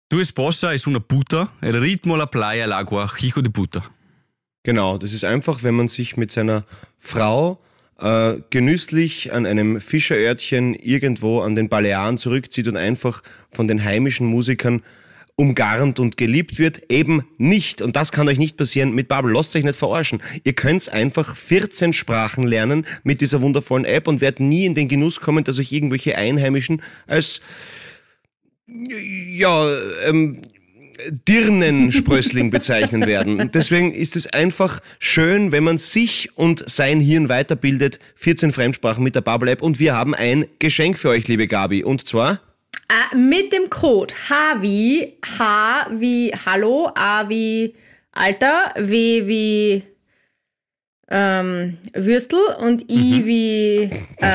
Tua esposa es una puta, el ritmo la playa el agua, hijo de puta. Genau, das ist einfach, wenn man sich mit seiner Frau genüsslich an einem Fischerörtchen irgendwo an den Balearen zurückzieht und einfach von den heimischen Musikern umgarnt und geliebt wird, eben nicht. Und das kann euch nicht passieren mit Babbel. Lasst euch nicht verarschen. Ihr könnt einfach 14 Sprachen lernen mit dieser wundervollen App und werdet nie in den Genuss kommen, dass euch irgendwelche Einheimischen als Dirnensprössling bezeichnen werden. Und deswegen ist es einfach schön, wenn man sich und sein Hirn weiterbildet. 14 Fremdsprachen mit der Babbel-App und wir haben ein Geschenk für euch, liebe Gabi. Und zwar? Mit dem Code H wie Hallo, A wie Alter, W wie Würstel und I wie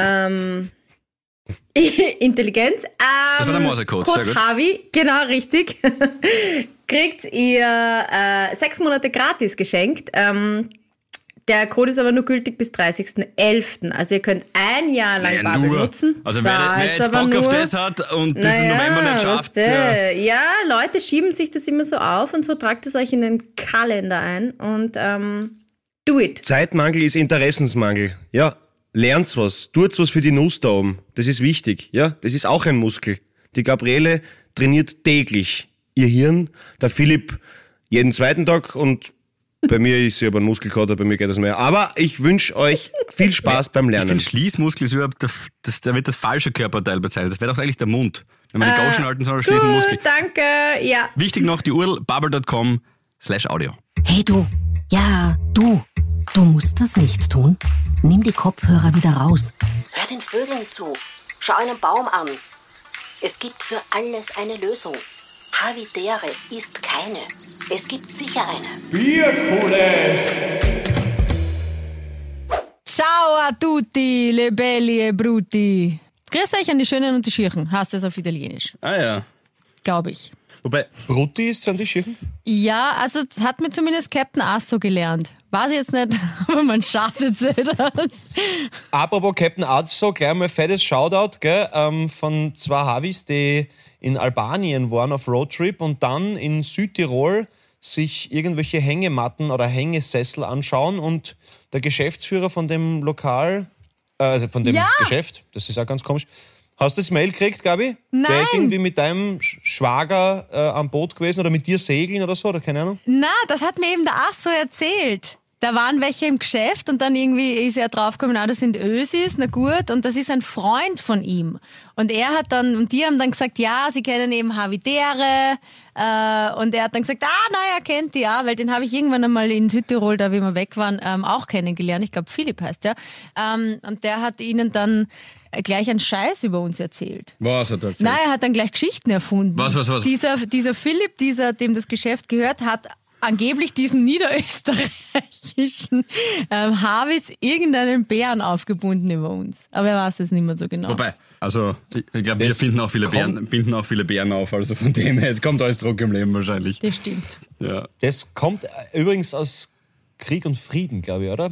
Intelligenz. Das war der Morsecode, sehr gut. Havi, genau, richtig. Kriegt ihr 6 Monate gratis geschenkt. Der Code ist aber nur gültig bis 30.11. Also ihr könnt ein Jahr lang Babbel nutzen. Also wer jetzt Bock auf das hat und bis November nicht schafft. Ja, Leute schieben sich das immer so auf und so tragt es euch in den Kalender ein und do it. Zeitmangel ist Interessensmangel. Ja. Lernt's was, tut's was für die Nuss da oben. Das ist wichtig, ja. Das ist auch ein Muskel. Die Gabriele trainiert täglich ihr Hirn, der Philipp jeden zweiten Tag und bei mir ist sie aber ein Muskelkater, bei mir geht das mehr. Aber ich wünsche euch viel Spaß beim Lernen. Ich finde, Schließmuskel ist überhaupt, da wird das falsche Körperteil bezeichnet. Das wäre doch eigentlich der Mund. Wenn man die Gauschen halten soll, schließen Muskel. Danke, ja. Wichtig noch die URL babbel.com/audio. Hey du, ja, du musst das nicht tun. Nimm die Kopfhörer wieder raus. Hör den Vögeln zu. Schau einen Baum an. Es gibt für alles eine Lösung. Havidere ist keine. Es gibt sicher eine. Bierkules! Ciao a tutti, le belli e brutti. Grüß euch an die Schönen und die Schirchen. Heißt das auf Italienisch. Ah ja. Glaube ich. Wobei, Brutti ist an die Schirchen? Ja, also das hat mir zumindest Captain Asso gelernt. Weiß ich jetzt nicht, aber man schadet sich das. Apropos Captain Asso, gleich mal fettes Shoutout, gell, von zwei Havis, die in Albanien waren auf Roadtrip und dann in Südtirol sich irgendwelche Hängematten oder Hängesessel anschauen und der Geschäftsführer von dem Lokal, also von dem Geschäft, das ist auch ganz komisch. Hast du das Mail gekriegt, Gabi? Nein. Der ist irgendwie mit deinem Schwager am Boot gewesen oder mit dir segeln oder so, oder keine Ahnung? Na, das hat mir eben der Asso erzählt. Da waren welche im Geschäft und dann irgendwie ist er draufgekommen, das sind Ösis, na gut, und das ist ein Freund von ihm. Und die haben dann gesagt, ja, sie kennen eben Havidere, und er hat dann gesagt, er kennt die, ja, weil den habe ich irgendwann einmal in Südtirol, da wie wir weg waren, auch kennengelernt. Ich glaube, Philipp heißt der. Und der hat ihnen dann gleich einen Scheiß über uns erzählt. Was hat er erzählt? Nein, er hat dann gleich Geschichten erfunden. Was? Dieser Philipp, dem das Geschäft gehört, hat angeblich diesen niederösterreichischen Havis irgendeinen Bären aufgebunden über uns. Aber er weiß es nicht mehr so genau. Wobei, also ich glaube, wir binden auch viele Bären auf, also von dem her, es kommt alles zurück im Leben wahrscheinlich. Das stimmt. Ja. Das kommt übrigens aus Krieg und Frieden, glaube ich, oder?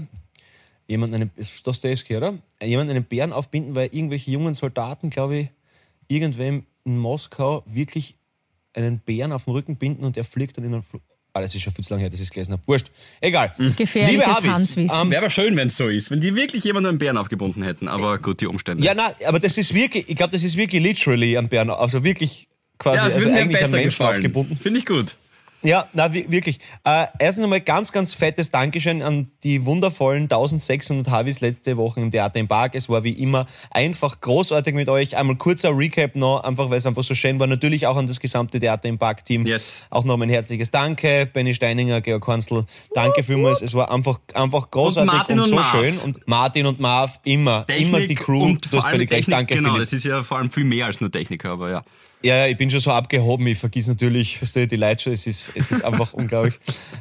Ist Dostoevsky, oder? Jemand einen Bären aufbinden, weil irgendwelche jungen Soldaten, glaube ich, irgendwem in Moskau wirklich einen Bären auf den Rücken binden und der fliegt dann in einen Flug. Das ist schon viel zu lange her, dass ich es gelesen habe. Wurscht. Egal. Gefährliches Hanswissen. Wäre aber schön, wenn es so ist, wenn die wirklich jemanden einen Bären aufgebunden hätten, aber gut, die Umstände. Ja, nein, aber das ist wirklich, ich glaube, das ist wirklich literally ein Bären, also wirklich quasi, ja, es würde mir eigentlich besser ein Mensch aufgebunden. Finde ich gut. Ja, na wirklich. Erstens einmal ganz, ganz fettes Dankeschön an die wundervollen 1600 Havis letzte Woche im Theater im Park. Es war wie immer einfach großartig mit euch. Einmal kurzer Recap noch, einfach weil es einfach so schön war. Natürlich auch an das gesamte Theater im Park-Team. Yes. Auch noch mein herzliches Danke. Benny Steininger, Georg Hansl, danke vielmals. Es war einfach großartig und so Marv. Schön. Und Martin und Marv, immer die Crew. Und vor allem Technik, danke, genau, Philipp. das ist ja vor allem viel mehr als nur Techniker, aber ja. Ja, ich bin schon so abgehoben, ich vergiss natürlich, die Leute schon, es ist einfach unglaublich.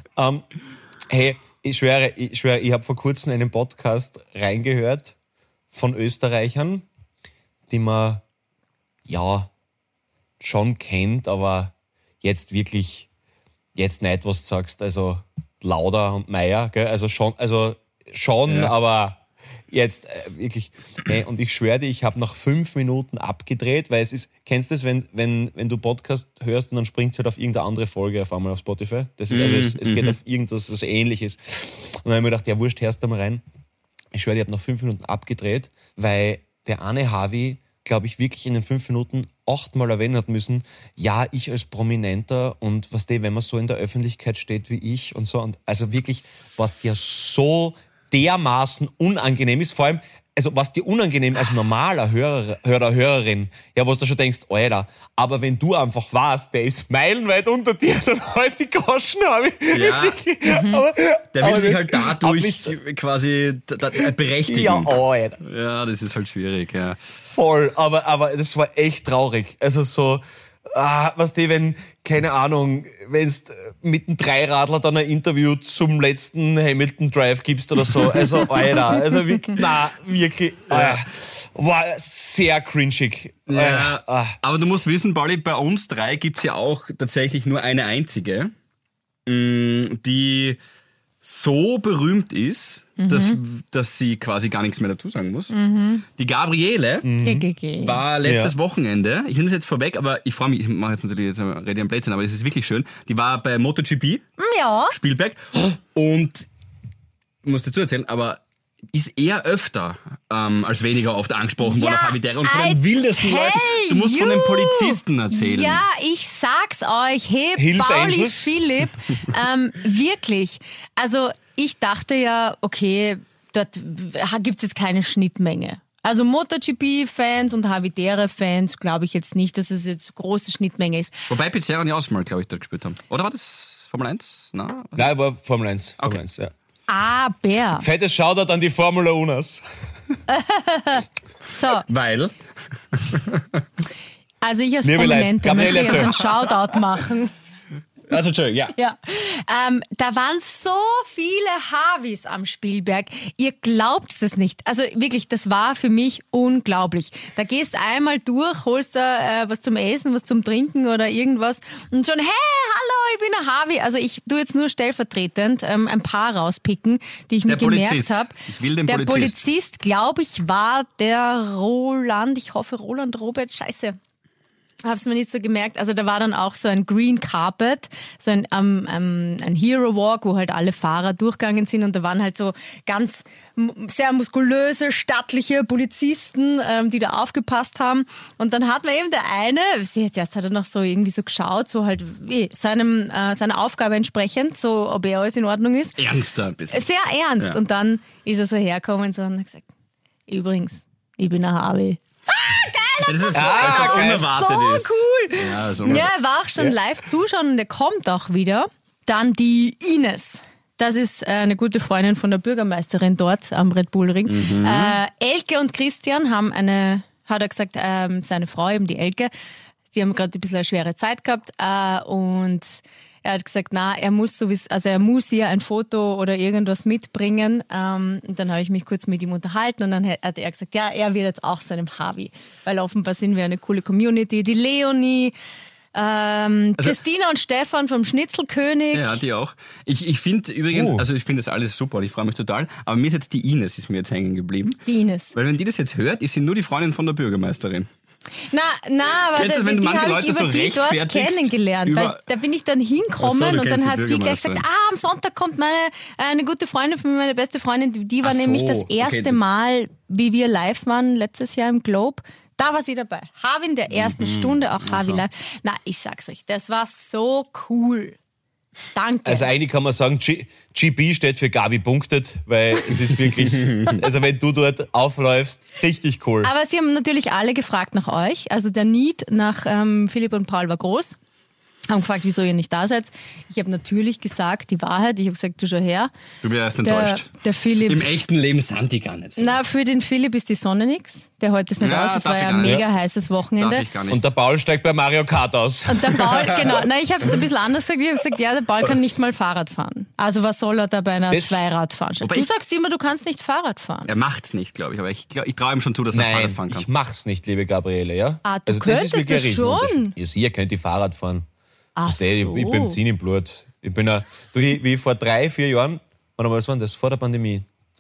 Hey, ich schwöre, ich habe vor kurzem einen Podcast reingehört von Österreichern, die man ja schon kennt, aber jetzt nicht, was du sagst, also Lauder und Meier, gell? Also schon, ja. Aber Jetzt wirklich. Nee, und ich schwöre dir, ich habe nach 5 Minuten abgedreht, weil es ist, kennst du das, wenn du Podcast hörst und dann springt es halt auf irgendeine andere Folge auf einmal auf Spotify? Das ist, also es geht auf irgendwas was Ähnliches. Und dann habe ich mir gedacht, ja wurscht, hörst du mal rein. Ich schwöre dir, ich habe nach 5 Minuten abgedreht, weil der Arne Harvey, glaube ich, wirklich in den 5 Minuten 8-mal erwähnen hat müssen, ja, ich als Prominenter und was wenn man so in der Öffentlichkeit steht wie ich und so. Und also wirklich, was dir so dermaßen unangenehm ist, vor allem, also was dir unangenehm als normaler Hörerin, ja, wo du schon denkst, Alter, aber wenn du einfach weißt, der ist meilenweit unter dir, dann halt die Goschen habe ich. Ja. Aber, Der will sich halt dadurch quasi berechtigen. Ja, Alter. Ja, das ist halt schwierig, ja. Voll, aber das war echt traurig. Also so, wenn, keine Ahnung, wenn's mit einem Dreiradler dann ein Interview zum letzten Hamilton Drive gibst oder so. Also, Alter, also wirklich, war sehr cringig. Ja, aber du musst wissen, Pauli, bei uns 3 gibt's ja auch tatsächlich nur eine einzige, die so berühmt ist, dass sie quasi gar nichts mehr dazu sagen muss. Die Gabriele war letztes Wochenende, ich nehme es jetzt vorweg, aber ich freue mich, ich mache jetzt natürlich rede am Blödsinn, aber es ist wirklich schön. Die war bei MotoGP, Spielberg, und muss dazu erzählen, aber ist eher öfter als weniger oft angesprochen worden auf Habitäre und von den wildesten Leuten. Du musst von den Polizisten erzählen. Ja, ich sag's euch. Hey, Hills Pauli Angels? Philipp, wirklich. Also ich dachte ja, okay, dort gibt's jetzt keine Schnittmenge. Also MotoGP-Fans und Habitäre-Fans glaube ich jetzt nicht, dass es jetzt große Schnittmenge ist. Wobei Pizarro und Jausmal, glaube ich, da gespielt haben. Oder war das Formel 1? Nein, aber Formel 1. Formel Okay. 1, ja. Aber, Fettes Shoutout an die Formula Unas. so, weil... also ich als Mir leid. Prominente Gabriele, möchte jetzt erzähl. einen Shoutout machen. Also, Entschuldigung, ja. Ja, da waren so viele Harveys am Spielberg. Ihr glaubt es nicht. Also wirklich, das war für mich unglaublich. Da gehst einmal durch, holst da was zum Essen, was zum Trinken oder irgendwas und schon, hey, hallo, ich bin ein Harvey. Also ich tu jetzt nur stellvertretend ein paar rauspicken, die ich mir gemerkt Polizist. habe. Ich will den Der Polizist. Polizist, glaube ich, war der Roland, ich hoffe Roland Robert, scheiße. Hab's mir nicht so gemerkt. Also da war dann auch so ein Green Carpet, so ein Hero Walk, wo halt alle Fahrer durchgegangen sind und da waren halt so ganz sehr muskulöse, stattliche Polizisten, die da aufgepasst haben. Und dann hat man eben der eine, zuerst hat er noch so irgendwie so geschaut, so halt seiner Aufgabe entsprechend, so ob alles in Ordnung ist. Ernster ein bisschen. Sehr ernst. Ja. Und dann ist er so hergekommen und hat gesagt, übrigens, ich bin ein Harvey. Das ist so unerwartet So ist. cool. Ja, das ist Ja, unerwartet. er war auch schon live zuschauen und er kommt auch wieder. Dann die Ines. Das ist eine gute Freundin von der Bürgermeisterin dort am Red Bull Ring. Elke und Christian haben hat er gesagt, seine Frau, eben die Elke, die haben gerade ein bisschen eine schwere Zeit gehabt und er hat gesagt, er muss er muss hier ein Foto oder irgendwas mitbringen. Und dann habe ich mich kurz mit ihm unterhalten und dann hat er gesagt, ja, er wird jetzt auch seinem Harvey, weil offenbar sind wir eine coole Community. Die Leonie, Christina und Stefan vom Schnitzelkönig. Ja, die auch. Ich finde übrigens, also ich finde das alles super und ich freue mich total, aber mir ist jetzt die Ines ist mir jetzt hängen geblieben. Die Ines. Weil wenn die das jetzt hört, ist sie nur die Freundin von der Bürgermeisterin. Na, aber Kennst du, wenn du die manche habe Leute ich über so die dort rechtfertigst kennengelernt. Weil da bin ich dann hinkommen Ach so, du und dann kennst die hat sie gleich gesagt, Bürgermeisterin. am Sonntag kommt eine gute Freundin von mir, meine beste Freundin, die war Ach so, nämlich das okay. erste Mal, wie wir live waren, letztes Jahr im Globe. Da war sie dabei. Harvey in der ersten Stunde, auch Harvey live. Na, ich sag's euch, das war so cool. Danke. Also eigentlich kann man sagen, GB steht für Gabi punktet, weil es ist wirklich, also wenn du dort aufläufst, richtig cool. Aber sie haben natürlich alle gefragt nach euch. Also der Need nach Philipp und Paul war groß. Haben gefragt, wieso ihr nicht da seid. Ich habe natürlich gesagt, die Wahrheit. Ich habe gesagt, du schau her. Du wirst enttäuscht. Der Philipp. Im echten Leben sind die gar nicht so. Na, für den Philipp ist die Sonne nix. Der heute ist nicht Ja, aus. Es darf war ich ja gar ein nicht. mega heißes Wochenende. Darf ich gar nicht. Und der Paul steigt bei Mario Kart aus. Und der Paul, genau. Nein, ich habe es ein bisschen anders gesagt. Ich habe gesagt, ja, der Paul kann nicht mal Fahrrad fahren. Also was soll er da bei einer Das- Zweiradveranstaltung? Wobei Du ich- sagst immer, du kannst nicht Fahrrad fahren. Er macht's nicht, glaube ich, aber ich traue ihm schon zu, dass er Fahrrad Nein, fahren kann. ich mach's nicht, liebe Gabriele, ja? Ah, du das ist könntest wirklich ein es Riesenunterschied. schon. Ja, ihr könnt die Fahrrad fahren. Ach Ich bin Benzin im Blut. Ich bin wie vor 3-4 Jahren, wann war das? Vor der Pandemie,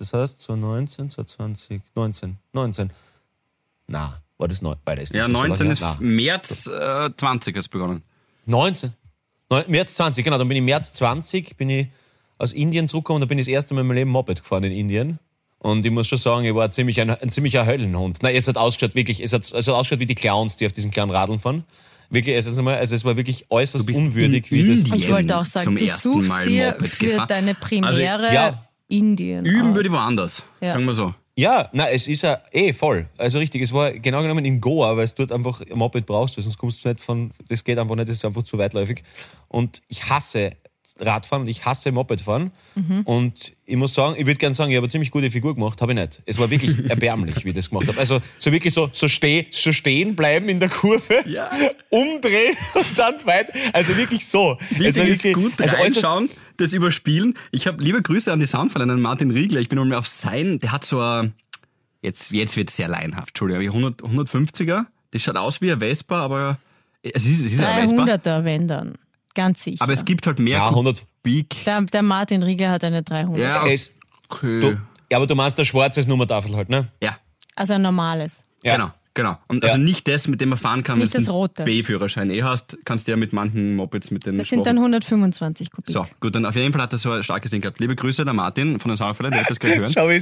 Das heißt, 2019, 2020, 19. Na, war das neu? Ja, 19 ist März 20 hat's begonnen. 19? März 20, genau. Dann bin ich März 20 aus Indien zurückgekommen. Da bin ich das erste Mal in meinem Leben Moped gefahren in Indien. Und ich muss schon sagen, ich war ein ziemlicher Höllenhund. Nein, es hat ausgeschaut wie die Clowns, die auf diesen kleinen Radeln fahren. Wirklich, es war wirklich äußerst unwürdig, wie das. Ich wollte auch sagen, du suchst dir für deine Premiere Indien. Üben würde ich woanders, sagen wir so. Ja, es ist ja voll. Also richtig, es war genau genommen in Goa, weil du dort einfach ein Moped brauchst, weil sonst kommst du nicht das geht einfach nicht, das ist einfach zu weitläufig. Und ich hasse Radfahren und ich hasse Mopedfahren. Und ich muss sagen, ich würde gerne sagen, ich habe eine ziemlich gute Figur gemacht, habe ich nicht. Es war wirklich erbärmlich, wie ich das gemacht habe. Also so wirklich so stehen bleiben in der Kurve, umdrehen und dann weit. Also wirklich so. Wichtig ist gut reinschauen, das überspielen. Ich habe liebe Grüße an die Soundfall, an Martin Riegler. Ich bin mal auf der hat so ein, jetzt wird es sehr laienhaft, Entschuldigung, 150er. Das schaut aus wie ein Vespa, aber es ist ein Vespa. 300er, wenn dann. Ganz sicher. Aber es gibt halt mehr 100 Kubik. Der Martin Riegler hat eine 300. Ja, okay. Aber du meinst ein schwarzes Nummertafel halt, ne? Ja. Also ein normales. Ja. Genau. Und also nicht das, mit dem man fahren kann, nicht wenn das du rote. einen B-Führerschein hast, kannst du ja mit manchen Mopeds mit den Das sind dann 125 Kubik. So, gut, dann auf jeden Fall hat er so ein starkes Ding gehabt. Liebe Grüße, der Martin von den Soundfällen, der hat das gleich hören. Schau,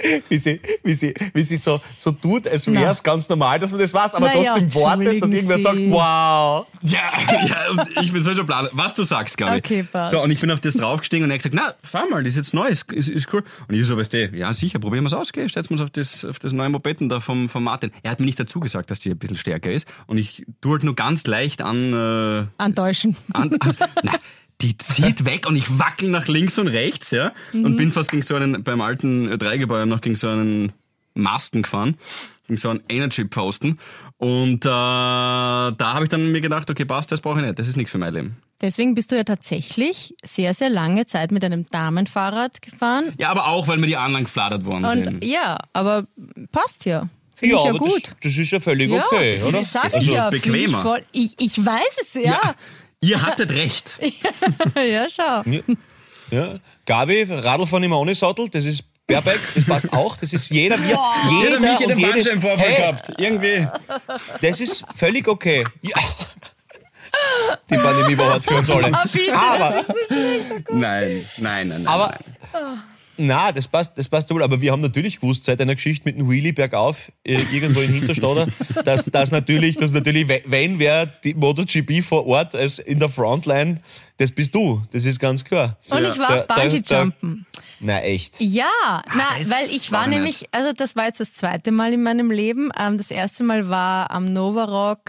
wie sie so tut, als wäre es ganz normal, dass man das weiß, aber trotzdem wartet, dass irgendwer sagt, wow. Ja, und ich bin so plan. Was du sagst, Gabi. Okay, passt. So, und ich bin auf das draufgestiegen und er hat gesagt, na, fahr mal, das ist jetzt neu, ist cool. Und ich so, weißt du, ja sicher, probieren wir es aus, setzen wir uns auf das neue Mopeden da vom Martin. Er hat mir nicht dazu gesagt, dass die ein bisschen stärker ist und ich tue halt nur ganz leicht antäuschen. Nein, die zieht weg und ich wackel nach links und rechts, ja, und bin fast beim alten Dreigebäuer noch gegen so einen Masten gefahren, gegen so einen Energy-Posten und da habe ich dann mir gedacht, okay, passt, das brauche ich nicht, das ist nichts für mein Leben. Deswegen bist du ja tatsächlich sehr, sehr lange Zeit mit einem Damenfahrrad gefahren. Ja, aber auch, weil mir die anderen gefladert worden sind. Ja, aber passt ja. Finde ich ja gut. Das ist ja völlig okay, oder? Das sag Also ich ja. bequemer. Ich weiß es, ja. Ihr hattet recht. Ja, schau. Ja. Gabi, Radlfahren immer ohne Sattel, das ist perfekt, das passt auch. Das ist jeder Mich in den Bandscheibenvorfall gehabt. Irgendwie. Das ist völlig okay. Ja. Die Pandemie war hart für uns alle. Aber, Nein. Aber, na, das passt wohl. Aber wir haben natürlich gewusst, seit einer Geschichte mit einem Wheelie bergauf, irgendwo in Hinterstader, dass natürlich, wenn wer die MotoGP vor Ort als in der Frontline, das bist du. Das ist ganz klar. Und ich war auf Bungee-Jumpen. Na, echt? Ja, weil ich war nämlich, also das war jetzt das zweite Mal in meinem Leben. Das erste Mal war am Novarock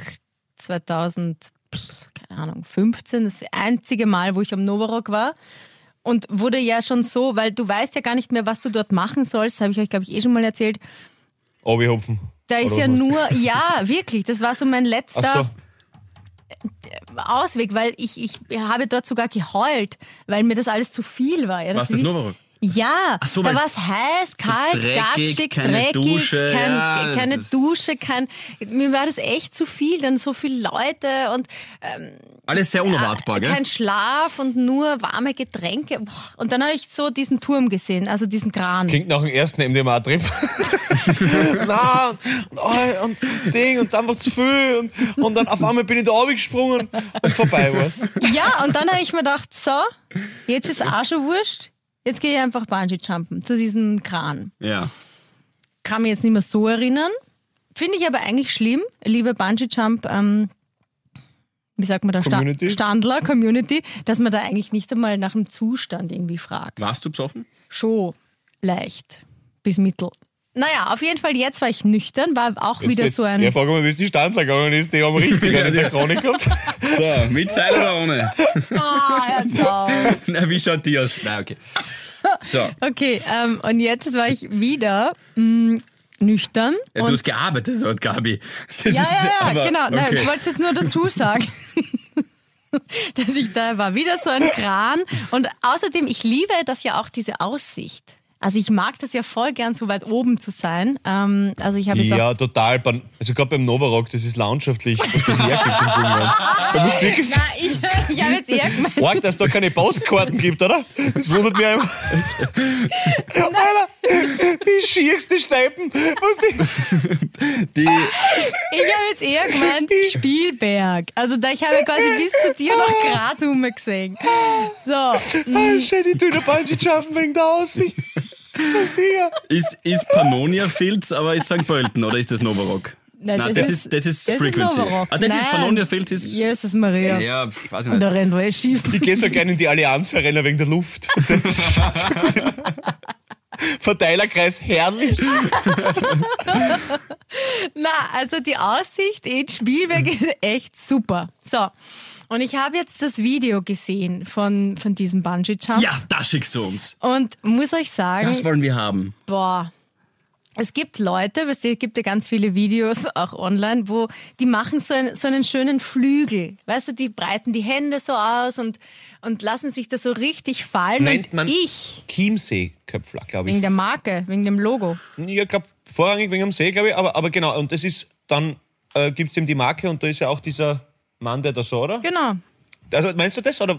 2015, das einzige Mal, wo ich am Novarock war. Und wurde ja schon so, weil du weißt ja gar nicht mehr, was du dort machen sollst, habe ich euch, glaube ich, schon mal erzählt. Hopfen. Da ist ja nur, ja, wirklich, das war so mein letzter Ausweg, weil ich habe dort sogar geheult, weil mir das alles zu viel war. Ja, Was, das Novarock? Ja, so, da war es heiß, kalt, gatschig, keine dreckig, Dusche, keine Dusche, mir war das echt zu viel, dann so viele Leute und alles sehr unerwartbar, gell? Kein Schlaf und nur warme Getränke. Und dann habe ich so diesen Turm gesehen, also diesen Kran. Klingt nach dem ersten MDMA-Trip. und Ding und einfach zu viel und dann auf einmal bin ich da runtergesprungen und vorbei war's. Ja, und dann habe ich mir gedacht, so, jetzt ist auch schon wurscht. Jetzt gehe ich einfach Bungee-Jumpen zu diesem Kran. Ja. Kann mich jetzt nicht mehr so erinnern. Finde ich aber eigentlich schlimm. Liebe Bungee-Jump, wie sagt man da? Standler, Community, dass man da eigentlich nicht einmal nach dem Zustand irgendwie fragt. Warst du besoffen? Schon leicht. Bis mittel. Naja, auf jeden Fall, jetzt war ich nüchtern, war auch wieder so ein... Ja, frag mal, wie es die Standler gegangen ist, die haben richtig in der Chronik gehabt. So, mit Seil oder ohne? Hör's auf. Na, wie schaut die aus? Na, okay. So. Okay, und jetzt war ich wieder nüchtern. Ja, du hast gearbeitet dort, Gabi. Das ja, aber, genau. Okay. Nein, ich wollte es jetzt nur dazu sagen. Dass ich da war, wieder so ein Kran. Und außerdem, ich liebe das ja auch, diese Aussicht. Also ich mag das ja voll gern, so weit oben zu sein. Also ich habe jetzt Ja, total. Also gerade beim Novarock, das ist landschaftlich, was das hergibt im Burgenland. Da musst du wirklich Nein, ich habe jetzt eher gemeint. arg, dass es da keine Postkarten gibt, oder? Das wundert mich einfach. Alter, die schierste Steipen. Die, Ich habe jetzt eher gemeint Spielberg. Also ich habe quasi bis zu dir noch Graz gesehen. So. Schön, die tun Bungee-Jumpen wegen der Aussicht. ist Pannonia Fields, aber ist St. Pölten oder ist das Novarock? Nein, das ist Frequency. Novarock. Das ist Nein. Pannonia Fields. Ist, Jesus Maria. ja, weiß ich Und da nicht. rennt wohl schief. Ich gehe so gerne in die Allianz Arena wegen der Luft. Verteilerkreis herrlich. Na, also die Aussicht in Spielberg ist echt super. So. Und ich habe jetzt das Video gesehen von diesem Bungee-Jump. Ja, das schickst du uns. Und muss euch sagen, Das wollen wir haben. boah, es gibt Leute, es gibt ja ganz viele Videos auch online, wo die machen so einen schönen Flügel. Weißt du, die breiten die Hände so aus und lassen sich das so richtig fallen. Nennt Und man ich, Chiemsee-Köpfler, glaube ich. wegen der Marke, wegen dem Logo. Ich glaube, vorrangig wegen dem See, glaube ich. Aber genau, und das ist, dann gibt es eben die Marke und da ist ja auch dieser Mann, der da so, oder? Genau. Also meinst du das? Oder?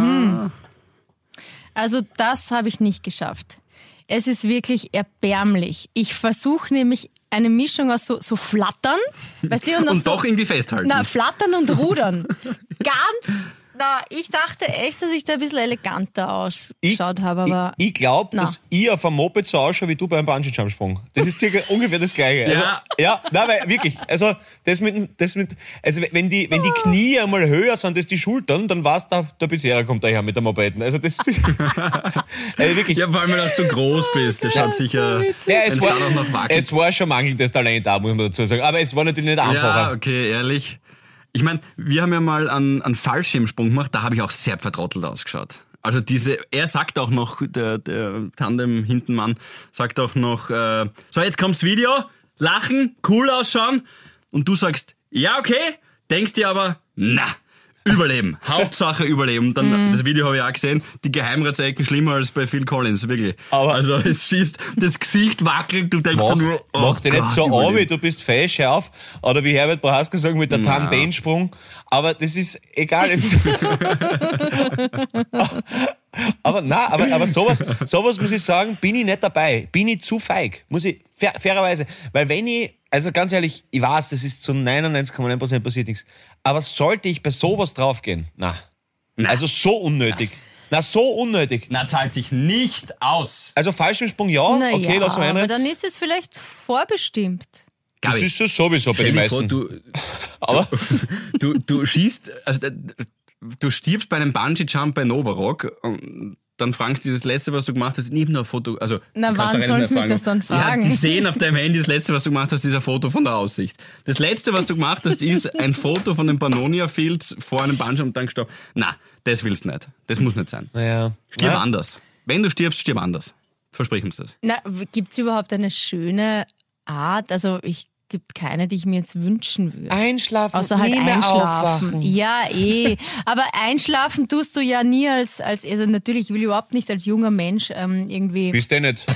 Also das habe ich nicht geschafft. Es ist wirklich erbärmlich. Ich versuche nämlich eine Mischung aus so Flattern, weißt du, Und so, doch irgendwie festhalten. na, Flattern und Rudern. Ich dachte echt, dass ich da ein bisschen eleganter ausgeschaut habe, aber Ich glaube, Na. dass ich auf einem Moped so ausschaue wie du beim Bungee-Jump-Sprung. Das ist circa ungefähr das Gleiche. Also, Ja. Nein, weil wirklich. Also, also wenn die Knie einmal höher sind als die Schultern, dann weißt du, der Bezieher kommt daher mit der Mopeden. Also das also wirklich. Ja, vor allem, wenn du so groß bist. Das schaut sicher, Ja, wenn es dann auch noch wackelt. es war schon mangelndes Talent da, muss man dazu sagen. Aber es war natürlich nicht einfacher. Ja, okay, ehrlich. Ich meine, wir haben ja mal einen Fallschirmsprung gemacht, da habe ich auch sehr vertrottelt ausgeschaut. Also er sagt auch noch, der Tandem Hintenmann sagt auch noch, so jetzt kommt's Video, lachen, cool ausschauen und du sagst, ja okay, denkst dir aber, na, überleben, Hauptsache überleben. Und dann, das Video habe ich auch gesehen, die Geheimratsecken schlimmer als bei Phil Collins, wirklich. Aber- also es schießt, das Gesicht wackelt, du denkst dann nur, oh Mach dich nicht Gott, so überleben. an, du bist fesch auf. Oder wie Herbert Prohaska sagt, mit der Tandemsprung. Aber das ist egal. aber sowas muss ich sagen, bin ich nicht dabei. Bin ich zu feig. Muss ich, fairerweise. Weil wenn ich, also ganz ehrlich, ich weiß, das ist zu 99,9% passiert nichts. Aber sollte ich bei sowas draufgehen? Na. Also so unnötig. So unnötig. Na, zahlt sich nicht aus. Also Fallschirmsprung ja, naja, okay, lassen wir aber einreden. dann ist es vielleicht vorbestimmt. Das Gabi, ist es sowieso bei stell den dir vor, meisten. Aber du schießt, also du stirbst bei einem Bungee-Jump bei Novarock und dann fragst du das Letzte, was du gemacht hast, nicht nur ein Foto, also Na, du kannst wann auch nicht sollen mehr sie mich das dann fragen? Ja, die sehen auf deinem Handy, das Letzte, was du gemacht hast, ist ein Foto von der Aussicht. Das Letzte, was du gemacht hast, ist ein Foto von den Pannonia Fields vor einem Bungee und dann gestorben. Na, das willst du nicht. Das muss nicht sein. naja. Stirb anders. Wenn du stirbst, stirb anders. Versprich uns das. Na, gibt's überhaupt eine schöne Art? Also gibt keine, die ich mir jetzt wünschen würde. Einschlafen, Außer halt nie mehr einschlafen. aufwachen. Ja, aber einschlafen tust du ja nie also natürlich, ich will überhaupt nicht als junger Mensch irgendwie. Bist du nicht?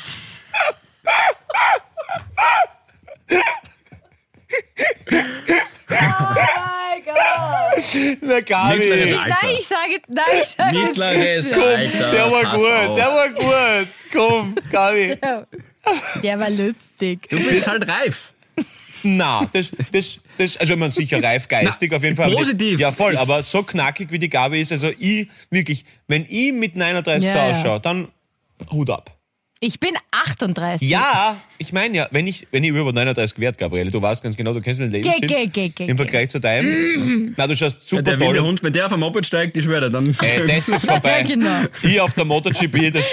mein Gott! Na, Gabi. Mittleres Alter. Nein, ich sage Mittleres Alter. Der war passt gut, auf. der war gut. Komm, Gabi. Der war lustig. Du bist halt reif. Na, also man sicher reif geistig auf jeden Fall. positiv. Ja, voll, aber so knackig wie die Gabi ist, also ich, wirklich, wenn ich mit 39 Ja, so ja. ausschaue, dann Hut ab. Ich bin 38. Ja, ich meine ja, wenn ich über 39 werde, Gabriele, du weißt ganz genau, du kennst den Lebensstil Geh. im Vergleich zu deinem. Na, du schaust super Der toll wilde aus. Hund, wenn der auf dem Moped steigt, ich schwöre, dann... Das ist vorbei. Ja, genau. Ich auf der MotoGP, das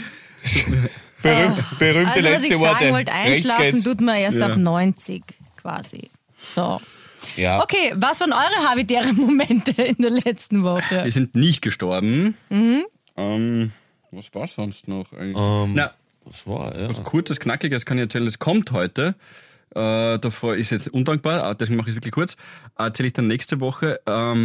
berühmte Also was ich letzte Worte. sagen wollte, Rechts einschlafen geht's. tut man erst Ja. ab 90 quasi. So. Ja. Okay, was waren eure habitären Momente in der letzten Woche? Wir sind nicht gestorben. Was war sonst noch eigentlich? Na, Das war, ja. was kurzes, knackiges kann ich erzählen. Es kommt heute. Davor ist jetzt undankbar, deswegen mache ich es wirklich kurz. Erzähle ich dann nächste Woche.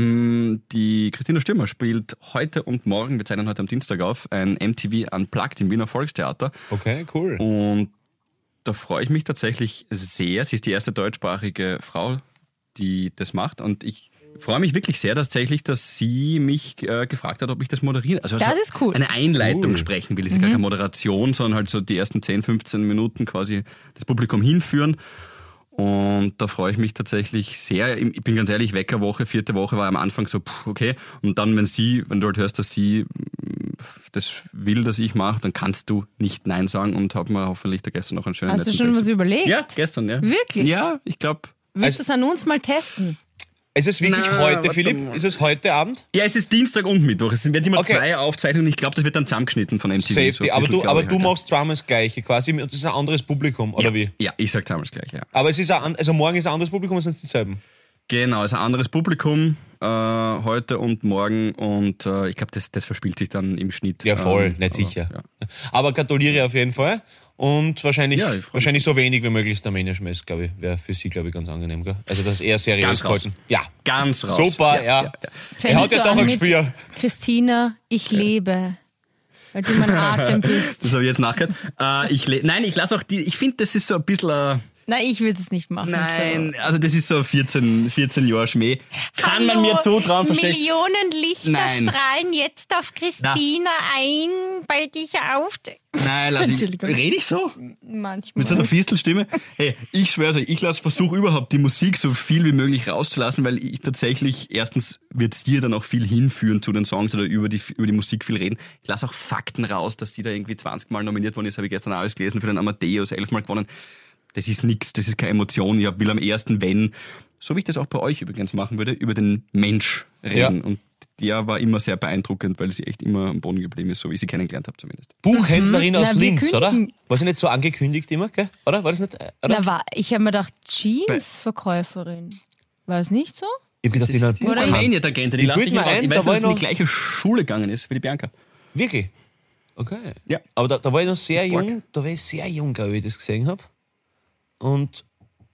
Die Christina Stürmer spielt heute und morgen, wir zeichnen heute am Dienstag auf, ein MTV Unplugged im Wiener Volkstheater. Okay, cool. Und da freue ich mich tatsächlich sehr. Sie ist die erste deutschsprachige Frau, die das macht. Und ich freue mich wirklich sehr tatsächlich, dass sie mich gefragt hat, ob ich das moderiere. Also Das ist cool. Eine Einleitung sprechen will. Es ist gar keine Moderation, sondern halt so die ersten 10, 15 Minuten quasi das Publikum hinführen. Und da freue ich mich tatsächlich sehr. Ich bin ganz ehrlich, Weckerwoche, 4. Woche war am Anfang so, okay. Und dann, wenn du halt hörst, dass sie das will, dass ich mache, dann kannst du nicht Nein sagen und habe mir hoffentlich da gestern noch einen schönen Hast du letzten schon Text. was überlegt? Ja, gestern, ja. Wirklich? Ja, ich glaube. Willst du es an uns mal testen? Ist es wirklich Na, heute, warte Philipp? mal. Ist es heute Abend? Ja, es ist Dienstag und Mittwoch. Es werden immer Okay. 2 Aufzeichnungen. Ich glaube, das wird dann zusammengeschnitten von MTV. Safety. So ein aber bisschen, du, aber glaub ich du halt, machst zweimal das Gleiche quasi. Und das ist ein anderes Publikum, oder wie? Ja, ich sag zusammen das Gleiche, ja. Aber es ist also morgen ist ein anderes Publikum, oder sind es dieselben? Genau, es ist ein anderes Publikum heute und morgen und ich glaube, das verspielt sich dann im Schnitt. Ja, voll, nicht aber, sicher. Ja. Aber gratuliere auf jeden Fall. Und wahrscheinlich, Ja, ich freu mich. wahrscheinlich so wenig wie möglich ist der Armenier-Schmeiß, glaube ich. Wäre für sie, glaube ich, ganz angenehm, gell? Also, das eher seriös Ganz raus. gehalten. Ja. Ganz raus. Super, ja. Er hat Fängst ja du doch an ein mit Gespür. Christina, ich lebe, weil du mein Atem bist. Das habe ich jetzt nachgehört. Nein, ich lasse auch ich finde, das ist so ein bisschen Nein, ich würde es nicht machen. nein, also das ist so 14 Jahre Schmäh. Kann man mir zutrauen, verstehst du? Millionen Lichter Nein. strahlen jetzt auf Christina ein bei dieser Auftritt. Nein, lass ich. Entschuldigung. Rede ich so? Manchmal. Mit so einer Fistelstimme? Hey, ich schwör's euch, ich versuche überhaupt die Musik so viel wie möglich rauszulassen, weil ich tatsächlich, erstens wird's hier dann auch viel hinführen zu den Songs oder über die Musik viel reden. Ich lasse auch Fakten raus, dass sie da irgendwie 20 Mal nominiert worden ist, habe ich gestern alles gelesen, für den Amadeus 11 Mal gewonnen. Das ist nix, das ist keine Emotion. Ich will am ersten, so wie ich das auch bei euch übrigens machen würde, über den Mensch reden. Ja. Und der war immer sehr beeindruckend, weil sie echt immer am Boden geblieben ist, so wie ich sie kennengelernt habe zumindest. Buchhändlerin aus Na, wir Linz, oder? kündigen. War sie nicht so angekündigt immer, gell? Oder? War das nicht? Oder? Ich habe mir gedacht, Jeans-Verkäuferin. War es nicht so? Ich hab gedacht, Das ist die die Buchhandel. Armenier-Tagente, die Ich lasse bild ich mir mir raus. ein, Ich da weiß, war dass sie in ich die gleiche Schule gegangen ist wie die Bianca. Wirklich? Okay. Ja. Aber da war ich noch sehr Das ist jung, da war ich sehr jung, glaube ich, das gesehen habe. Und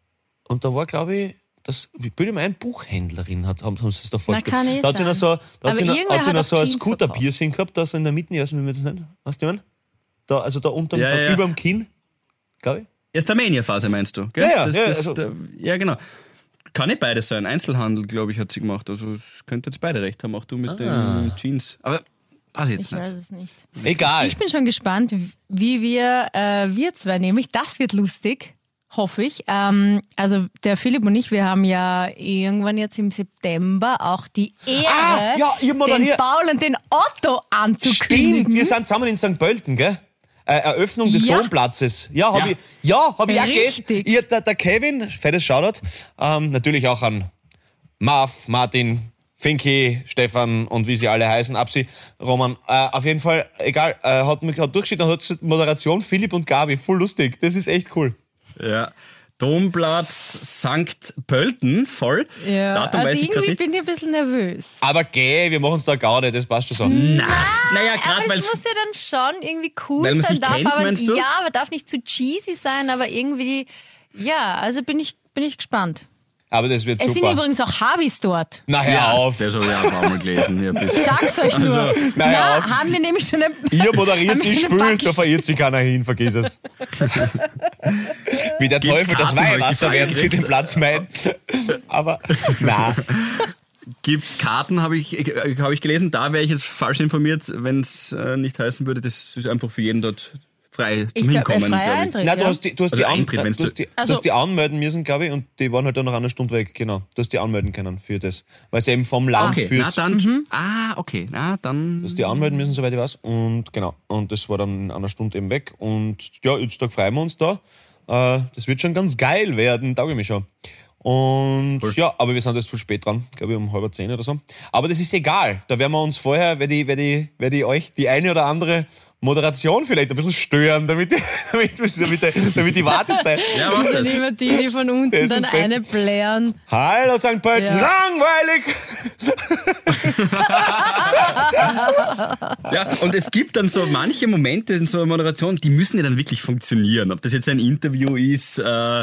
da war, glaube ich, ich bilde mir ein, Buchhändlerin haben sie es da vorgestellt. kann eh Da hat sie noch sein. so, Aber irgendwer hat sie hat noch auch so ein Jeans Scooter-Piercing gehabt, da so in der Mitte, wie man das nennt. Weißt du, was ich meine? Da, also da unterm, Ja, ja. über dem Kinn, glaube ich. Erst Armenier-Phase meinst du, gell? Ja, ja, also- ja, genau. Kann nicht beides sein. Einzelhandel, glaube ich, hat sie gemacht. Also es könnte jetzt beide recht haben, auch du mit den Jeans. Aber weiß ich jetzt Ich nicht. weiß es nicht. Egal. Ich bin schon gespannt, wie wir zwei nämlich, das wird lustig, hoffe ich. Also der Philipp und ich, wir haben ja irgendwann jetzt im September auch die Ehre, ja, ich den moderiere. Paul und den Otto Stimmt, anzukündigen. wir sind zusammen in St. Pölten, gell? Eröffnung des Ja. Domplatzes. Ja, habe Ja. hab ich auch Richtig. gelesen. Der Kevin, fettes Shoutout, natürlich auch an Marv, Martin, Finky, Stefan und wie sie alle heißen, Absi, Roman. Auf jeden Fall, egal, hat durchgeschickt und hat gesagt, Moderation Philipp und Gabi, voll lustig. Das ist echt cool. Ja. Domplatz St. Pölten, voll. Ja, Datum also weiß ich gerade irgendwie nicht. bin ich ein bisschen nervös. Aber geh, wir machen uns da Gaude, das passt schon so. Naja, Aber gerade weil es muss ja dann schon irgendwie cool Weil man sein. sich kennt, Aber, meinst du? Ja, aber darf nicht zu cheesy sein, aber irgendwie, ja, also bin ich gespannt. Aber das wird Es sind super. übrigens auch Harvis dort. Na, hör auf. Das habe ich auch ein paar Mal gelesen. Ja, Ich sag's euch nur. na, hör auf. Haben wir nämlich schon Ihr moderiert, haben wir sie schon eine spült, da verirrt sich keiner hin, vergiss es. Wie der Gibt's Teufel das Karten heute, Weihwasser die werden sie den Platz meiden. Aber, na. Gibt's Karten, habe ich gelesen. Da wäre ich jetzt falsch informiert, wenn es nicht heißen würde, das ist einfach für jeden dort frei zum Hinkommen. freier glaub ich. Eintritt. Nein, du ja. hast die Also Eintritt, wenn's du hast die anmelden müssen, glaube ich, und die waren halt dann noch eine Stunde weg, genau. Du hast die anmelden können für das. Weil sie eben vom Land Okay, fürs... na dann. Okay, na dann. Du hast die anmelden müssen, soweit ich weiß. Und genau. Und das war dann in einer Stunde eben weg. Und ja, jetzt freuen wir uns da. Das wird schon ganz geil werden, tauge ich mich schon. Und ja, aber wir sind jetzt zu spät dran, glaube ich um 9:30 oder so. Aber das ist egal. Da werden wir uns vorher, werde ich euch die eine oder andere Moderation vielleicht ein bisschen stören, damit die Wartezeit. Ja, mach Dann das. immer die von unten Das ist dann das Beste. eine blären. Hallo St. Pölten, Ja. langweilig! Ja, und es gibt dann so manche Momente in so einer Moderation, die müssen ja dann wirklich funktionieren. Ob das jetzt ein Interview ist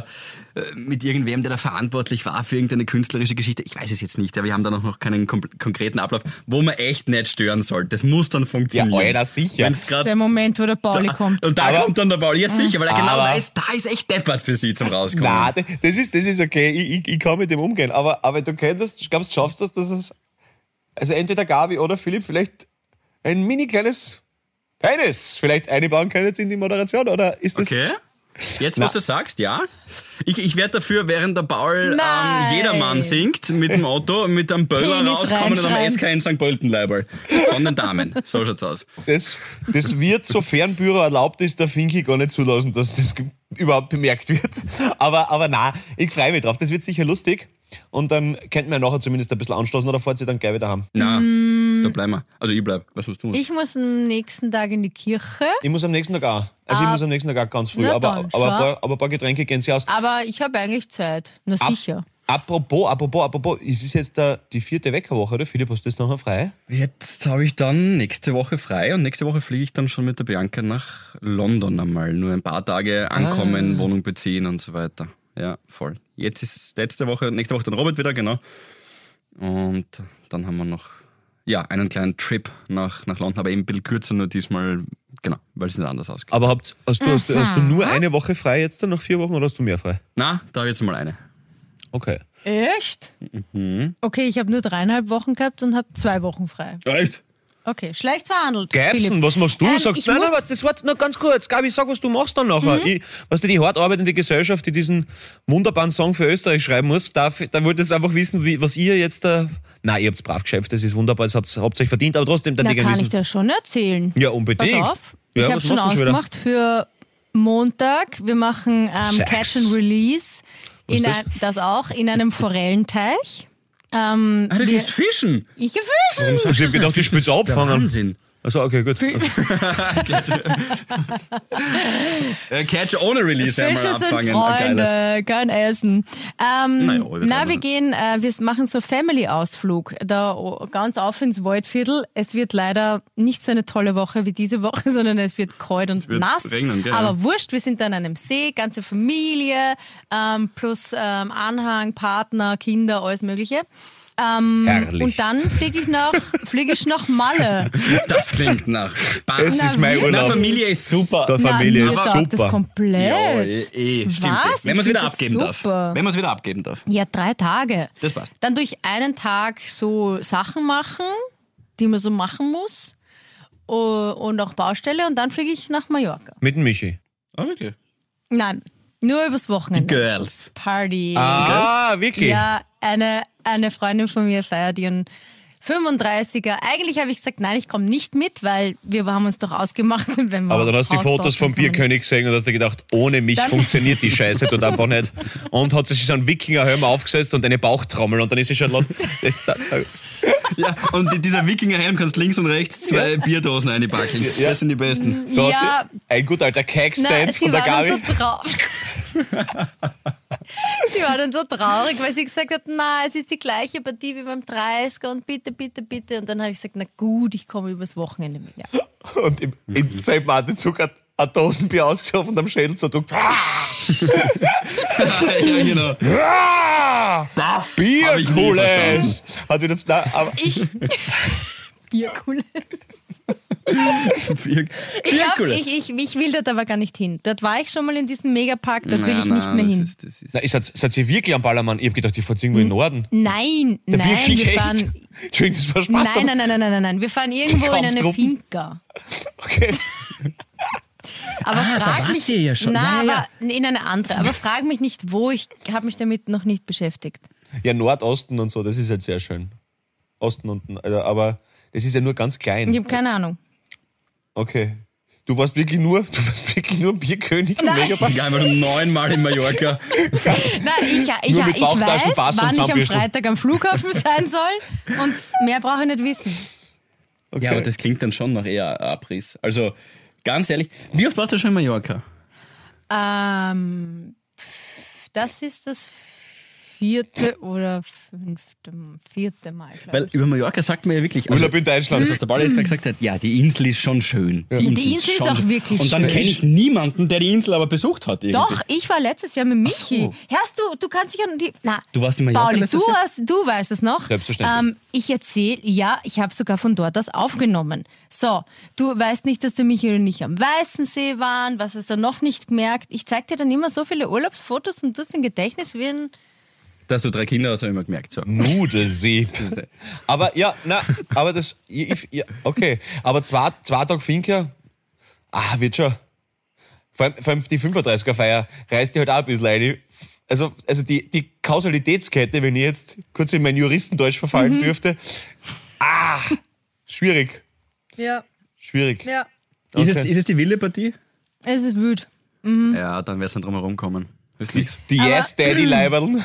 mit irgendwem, der da verantwortlich war für irgendeine künstlerische Geschichte, ich weiß es jetzt nicht, aber wir haben da noch keinen konkreten Ablauf, wo man echt nicht stören soll. Das muss dann funktionieren. Ja, Alter, sicher. Der Moment, wo der Pauli kommt. Und da kommt dann der Pauli, ja sicher, weil er genau weiß, da ist echt deppert für sie zum Rauskommen. Nein, das ist okay, ich kann mit dem umgehen, aber du könntest, ich glaube, du schaffst das, dass es, also entweder Gabi oder Philipp vielleicht ein mini kleines Penis vielleicht einbauen können jetzt in die Moderation, oder ist das... Okay. Jetzt, was du sagst, ja. Ich werde dafür, während der Paul Jedermann singt, mit dem Auto, mit einem Böller Penis rauskommen und am reinschreiben. SK in St. Pölten-Leiberl. Von den Damen. So schaut's aus. Das wird, sofern Büro erlaubt ist, der Finki gar nicht zulassen, dass das überhaupt bemerkt wird. Aber nein, ich freue mich drauf. Das wird sicher lustig. Und dann könnten wir nachher zumindest ein bisschen anstoßen oder fahrt ihr dann gleich wieder heim? Na, da bleiben wir. Also ich bleib. Was musst du? Ich muss am nächsten Tag in die Kirche, Ich muss am nächsten Tag auch. Also ich muss am nächsten Tag auch ganz früh. Na Aber dann, schau. ein paar Getränke gehen sie aus. aber ich habe eigentlich Zeit. Na sicher. Apropos, es ist jetzt die 4. Weckerwoche, oder? Philipp, hast du das nachher frei? Jetzt habe ich dann nächste Woche frei und nächste Woche fliege ich dann schon mit der Bianca nach London einmal. Nur ein paar Tage ankommen, Wohnung beziehen und so weiter. Ja, voll. Jetzt ist nächste Woche dann Robert wieder, genau. Und dann haben wir noch einen kleinen Trip nach London, aber eben ein bisschen kürzer, nur diesmal, genau, weil es nicht anders ausgeht. Aber hast du nur eine Woche frei jetzt dann, nach 4 Wochen, oder hast du mehr frei? Na, da habe ich jetzt mal eine. Okay. Echt? Okay, ich habe nur 3,5 Wochen gehabt und habe 2 Wochen frei. Echt? Okay, schlecht verhandelt. Geibsen, Philipp. was machst du? Sagst, ich nein, muss- warte, das warte noch ganz kurz. Gabi, sag, was du machst dann nachher. Die hart arbeitende Gesellschaft, die diesen wunderbaren Song für Österreich schreiben muss, da wollte ich jetzt einfach wissen, was ihr jetzt da... Nein, ihr habt's brav geschafft, das ist wunderbar, das habt euch verdient, aber trotzdem dann Na, die kann wissen. ich dir schon erzählen. Ja, unbedingt. Pass auf, Ja, ich habe was schon machst du schon wieder? ausgemacht für Montag. Wir machen Sex. Catch and Release. Was ist Das auch, in einem Forellenteich. Du gehst fischen. Ich gefischt. Ich hab gedacht, ich spiel's abfangen. Wahnsinn. Also okay, gut. Catch ohne Release werden Fische wir sind abfangen. Ein geiles. Freunde, kein Essen. wir Wir machen so Family-Ausflug, da ganz auf ins Waldviertel. Es wird leider nicht so eine tolle Woche wie diese Woche, sondern es wird kalt und wird nass. regnen, gell? Aber wurscht, wir sind an einem See, ganze Familie, plus Anhang, Partner, Kinder, alles Mögliche. Herrlich. Und dann fliege ich nach Malle. Das klingt nach Spaß. Es ist mein Na, Na, Urlaub. Familie ist super. Der Familie mir ist taugt das super. komplett. Stimmt. Was? Wenn man es Ich wieder find das abgeben darf. super. Wenn man es wieder abgeben darf. Ja, 3 Tage. Das passt. Dann durch einen Tag so Sachen machen, die man so machen muss. Und auch Baustelle. Und dann fliege ich nach Mallorca. Mit dem Michi. Ah, wirklich? Nein, nur übers Wochenende. Girls. Party. Ah, wirklich? Ja, eine Freundin von mir feiert ihren 35er. Eigentlich habe ich gesagt, nein, ich komme nicht mit, weil wir haben uns doch ausgemacht, wenn wir Aber dann hast du die Haus bauen, Fotos vom dann kann man Bierkönig gesehen und hast dir gedacht, ohne mich Dann- funktioniert die Scheiße dort einfach nicht. Und hat sich so einen Wikingerhelm aufgesetzt und eine Bauchtrommel und dann ist sie schon los. Ja, und dieser Wikingerhelm kannst links und rechts 2 Bierdosen einpacken. Das sind die besten. Da hat Ja. sie ein gut alter Nein, Cake-Stand sie von der war dann Gabi. so traurig. Sie war dann so traurig, weil sie gesagt hat, na, es ist die gleiche Partie wie beim 30er und bitte, bitte, bitte. Und dann habe ich gesagt, na gut, ich komme übers Wochenende mit. Ja. Und im selben Atemzug hat ein Dosenbier ausgeschaut und am Schädel zerdrückt. Ja, genau. Das hab ich nie verstanden. Hat wieder aber Bierkuhle. Bier- Ich, glaub, Bierkuhle. ich will dort aber gar nicht hin. Dort war ich schon mal in diesem Megapark, dort will ich nicht mehr das hin. Ist, das ist. Na, seid ihr wirklich am Ballermann? Ich hab gedacht, ihr fahrt irgendwo im Norden. Nein, Ja, nein, wirklich wir echt? fahren. Entschuldigung, das war Spaß. Nein. Wir fahren irgendwo in eine Kampftruppen? Finca. Okay. Aber frag wart mich. ihr ja schon. Na, Ja. aber in eine andere. Aber frag mich nicht, wo. Ich habe mich damit noch nicht beschäftigt. Ja, Nordosten und so, das ist halt sehr schön. Osten unten, aber das ist ja nur ganz klein. Ich habe keine Ahnung. Okay. Du warst wirklich nur Bierkönig im Megapark. Ich war einfach schon 9-mal in Mallorca. Nein, ich Nur mit Bauchtaschen, weiß, Pass und wann ich am Zahnbürsten. Freitag am Flughafen sein soll. Und mehr brauche ich nicht wissen. Ja, aber das klingt dann schon nach eher Abriss. Also, ganz ehrlich, wie oft warst du schon in Mallorca? Das ist das 4. oder 4. Mal, glaube Weil über Mallorca sagt man ja wirklich, Urlaub in Deutschland. das, was der Pauli jetzt gerade gesagt hat, ja, die Insel ist schon schön. Die Insel ist auch schön. wirklich Und dann schön. kenne ich niemanden, der die Insel aber besucht hat. Irgendwie. Doch, ich war letztes Jahr mit Michi. so. Hörst du kannst dich an die... Na, Du warst in Mallorca Pauli, letztes du, Jahr? du weißt es noch. Selbstverständlich. Ich erzähle, ja, ich habe sogar von dort aus aufgenommen. So, du weißt nicht, dass der Michi und ich am Weißensee waren, was hast du noch nicht gemerkt. Ich zeig dir dann immer so viele Urlaubsfotos und du hast ein Gedächtnis wie ein... Dass du 3 Kinder hast, habe ich immer gemerkt. So. Nudelsee. Aber ja, aber das, okay. Aber zwei Tage Finca, wird schon. Vor allem die 35er-Feier reißt die halt auch ein bisschen rein. Also die Kausalitätskette, wenn ich jetzt kurz in mein Juristendeutsch verfallen dürfte, schwierig. Ja, Schwierig. ja. Ist es die wilde Partie? Es ist wild. Ja, dann wirst du drum herum kommen. Ist nix. Die Yes-Daddy-Leiberln.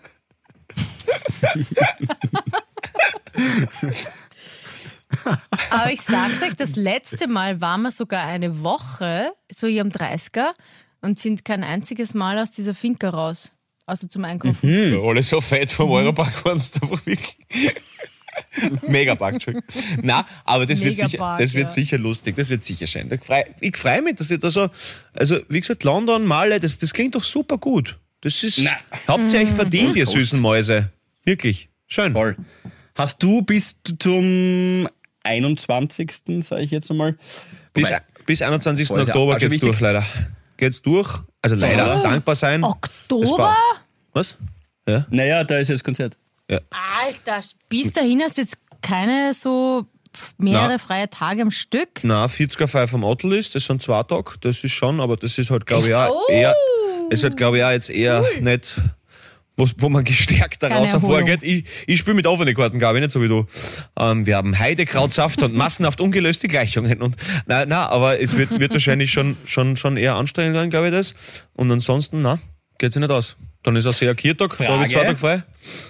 Aber ich sag's euch, das letzte Mal waren wir sogar eine Woche, so hier am 30er, und sind kein einziges Mal aus dieser Finca raus. Also zum Einkaufen. Alle so fett vom Europark waren es einfach wirklich. Megapark, Entschuldigung. Nein, aber das wird Megapark, sicher lustig, das wird sicher schön. Ich freu mich, dass ich da so, also wie gesagt, London, Malle, das klingt doch super gut. Das ist, habt ihr euch verdient, ihr süßen Mäuse. Wirklich, schön. Voll. Hast du bis zum 21. sage ich jetzt einmal. Bis 21. Voll, ist ja Oktober auch schon geht's wichtig. durch, leider. Geht's durch, also leider, dankbar sein. Oktober? Was? Ja? Naja, da ist jetzt Konzert. Alter, bis dahin hast du jetzt keine so mehrere freie Tage am Stück. Na, 40er Feier vom Otterlist, das sind 2 Tage, das ist schon, aber das ist halt, glaube ich, auch Oh. eher, ist halt, glaube ich, auch jetzt eher nicht, wo man gestärkt daraus Keine Erholung. hervorgeht. Ich spiele mit offenen Karten, glaube ich, nicht so wie du. Wir haben Heidekrautsaft und massenhaft ungelöste Gleichungen. Und nein, aber es wird wahrscheinlich schon eher anstrengend werden, glaube ich, das. Und ansonsten, geht's ja nicht aus. Dann ist auch sehr Kirtag, da habe ich 2 Tage frei.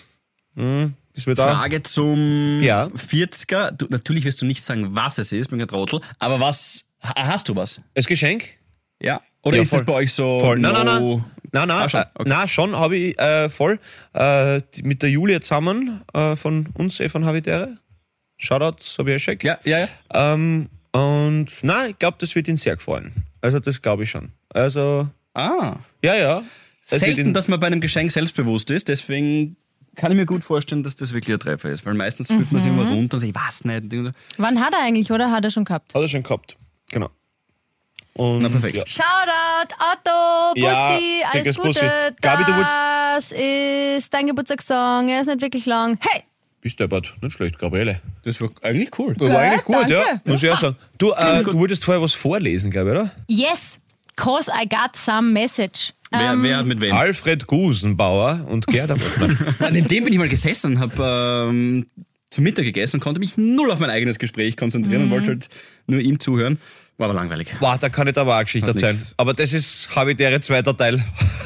Das wird auch. Frage zum Ja. 40er. Natürlich wirst du nicht sagen, was es ist, bin ein Trottel. Aber hast du was? Als Geschenk? Ja. Oder Ja, ist voll. es bei euch so? Voll. Nein. Schon? Okay. Schon habe ich voll. Mit der Julia zusammen von uns, von Habitäre. Shoutout, Sobieschek. Ja. Und nein, ich glaube, das wird ihn sehr gefallen. Also das glaube ich schon. Also, ja. Es wird Selten, ihn- dass man bei einem Geschenk selbstbewusst ist, deswegen kann ich mir gut vorstellen, dass das wirklich ein Treffer ist. Weil meistens fühlt man sich immer runter und sagt, ich weiß nicht. Wann hat er eigentlich, oder? Hat er schon gehabt? Hat er schon gehabt. Genau. Und, Na, perfekt. Ja. Shoutout, Otto, Bussi, Ja, alles dickes Gute. Bussi. Gabi, du Das ist dein Geburtstagssong, er ist nicht wirklich lang. Hey! Bist deppert. Nicht schlecht, Gabriele. Das war eigentlich cool. Das war eigentlich gut, danke. ja. Muss ich auch sagen. Du wolltest vorher was vorlesen, glaube ich, oder? Yes, cause I got some message. Wer hat mit wem? Alfred Gusenbauer und Gerda Bottner. An dem bin ich mal gesessen und habe zum Mittag gegessen und konnte mich null auf mein eigenes Gespräch konzentrieren und wollte halt nur ihm zuhören. War aber langweilig. Wow, da kann ich aber auch eine Geschichte Hat erzählen. nix. Aber das ist Habitäre 2. Teil.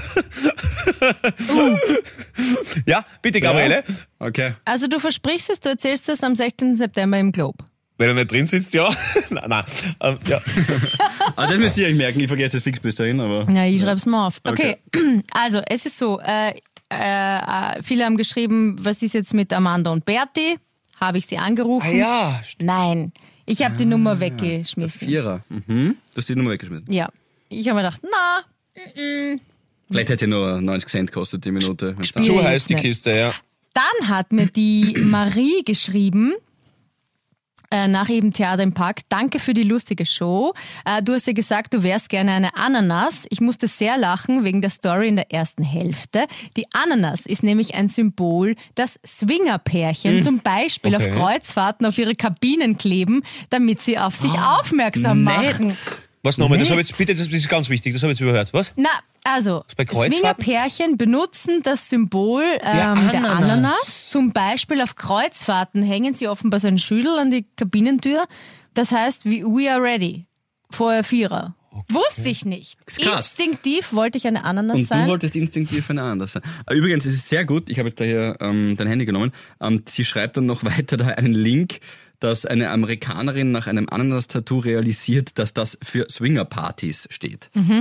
Ja, bitte, Gabriele. Okay. Also du versprichst es, du erzählst es am 16. September im Globe. Wenn er nicht drin sitzt, ja. Nein. Ja. Ah, das müsst ihr euch merken, ich vergesse das fix bis dahin, aber. Ja, ich schreib's mal auf. Okay, also es ist so, viele haben geschrieben, was ist jetzt mit Amanda und Berti? Habe ich sie angerufen? Ja. Nein, ich habe die Nummer weggeschmissen. Vierer. Mhm. Du hast die Nummer weggeschmissen. Ja, ich habe mir gedacht, na, Vielleicht hätte sie nur 90 Cent gekostet die Minute. wenn's da- Spiel- So jetzt heißt die nicht. Kiste, ja. Dann hat mir die Marie geschrieben, nach eben Theater im Park. Danke für die lustige Show. Du hast ja gesagt, du wärst gerne eine Ananas. Ich musste sehr lachen wegen der Story in der ersten Hälfte. Die Ananas ist nämlich ein Symbol, das Swingerpärchen zum Beispiel Okay. auf Kreuzfahrten auf ihre Kabinen kleben, damit sie auf sich aufmerksam machen. Was nochmal? Das Nett. habe ich jetzt, bitte, das ist ganz wichtig, das habe ich jetzt überhört. Was? Na, also, bei Kreuzfahrten? Swingerpärchen benutzen das Symbol der Ananas. Zum Beispiel auf Kreuzfahrten hängen sie offenbar so einen Schüttel an die Kabinentür. Das heißt, we are ready. Vorher Vierer. Wusste ich nicht. ist krass. Instinktiv wollte ich eine Ananas Und sein. du wolltest instinktiv eine anders sein. Übrigens, es ist sehr gut, ich habe jetzt da hier dein Handy genommen, sie schreibt dann noch weiter da einen Link, dass eine Amerikanerin nach einem Ananas-Tattoo realisiert, dass das für Swinger-Partys steht.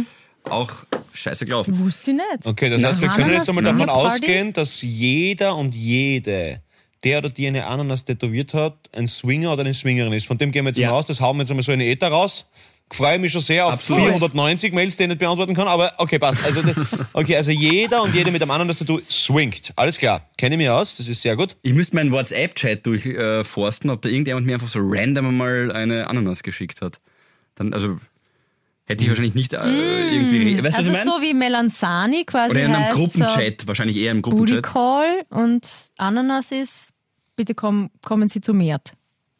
auch scheiße gelaufen. Wusste ich nicht. Okay, das heißt, wir können jetzt einmal davon Ananas- ausgehen, dass jeder und jede, der oder die eine Ananas tätowiert hat, ein Swinger oder eine Swingerin ist. Von dem gehen wir jetzt mal aus. Das hauen wir jetzt einmal so in den Äther raus. Freue mich schon sehr auf Absolut. 490 Mails, die ich nicht beantworten kann, aber okay, passt. Also jeder und jede mit einem Ananas-Tattoo swingt. Alles klar. Kenne ich mich aus, das ist sehr gut. Ich müsste meinen WhatsApp-Chat durchforsten, ob da irgendjemand mir einfach so random mal eine Ananas geschickt hat. Dann, also, hätte ich wahrscheinlich nicht irgendwie... Weißt du, Also was ich meine? so wie Melanzani quasi Oder in einem heißt Gruppenchat, wahrscheinlich eher im Booty Gruppenchat. Call und Ananas ist, bitte kommen Sie zu Mert.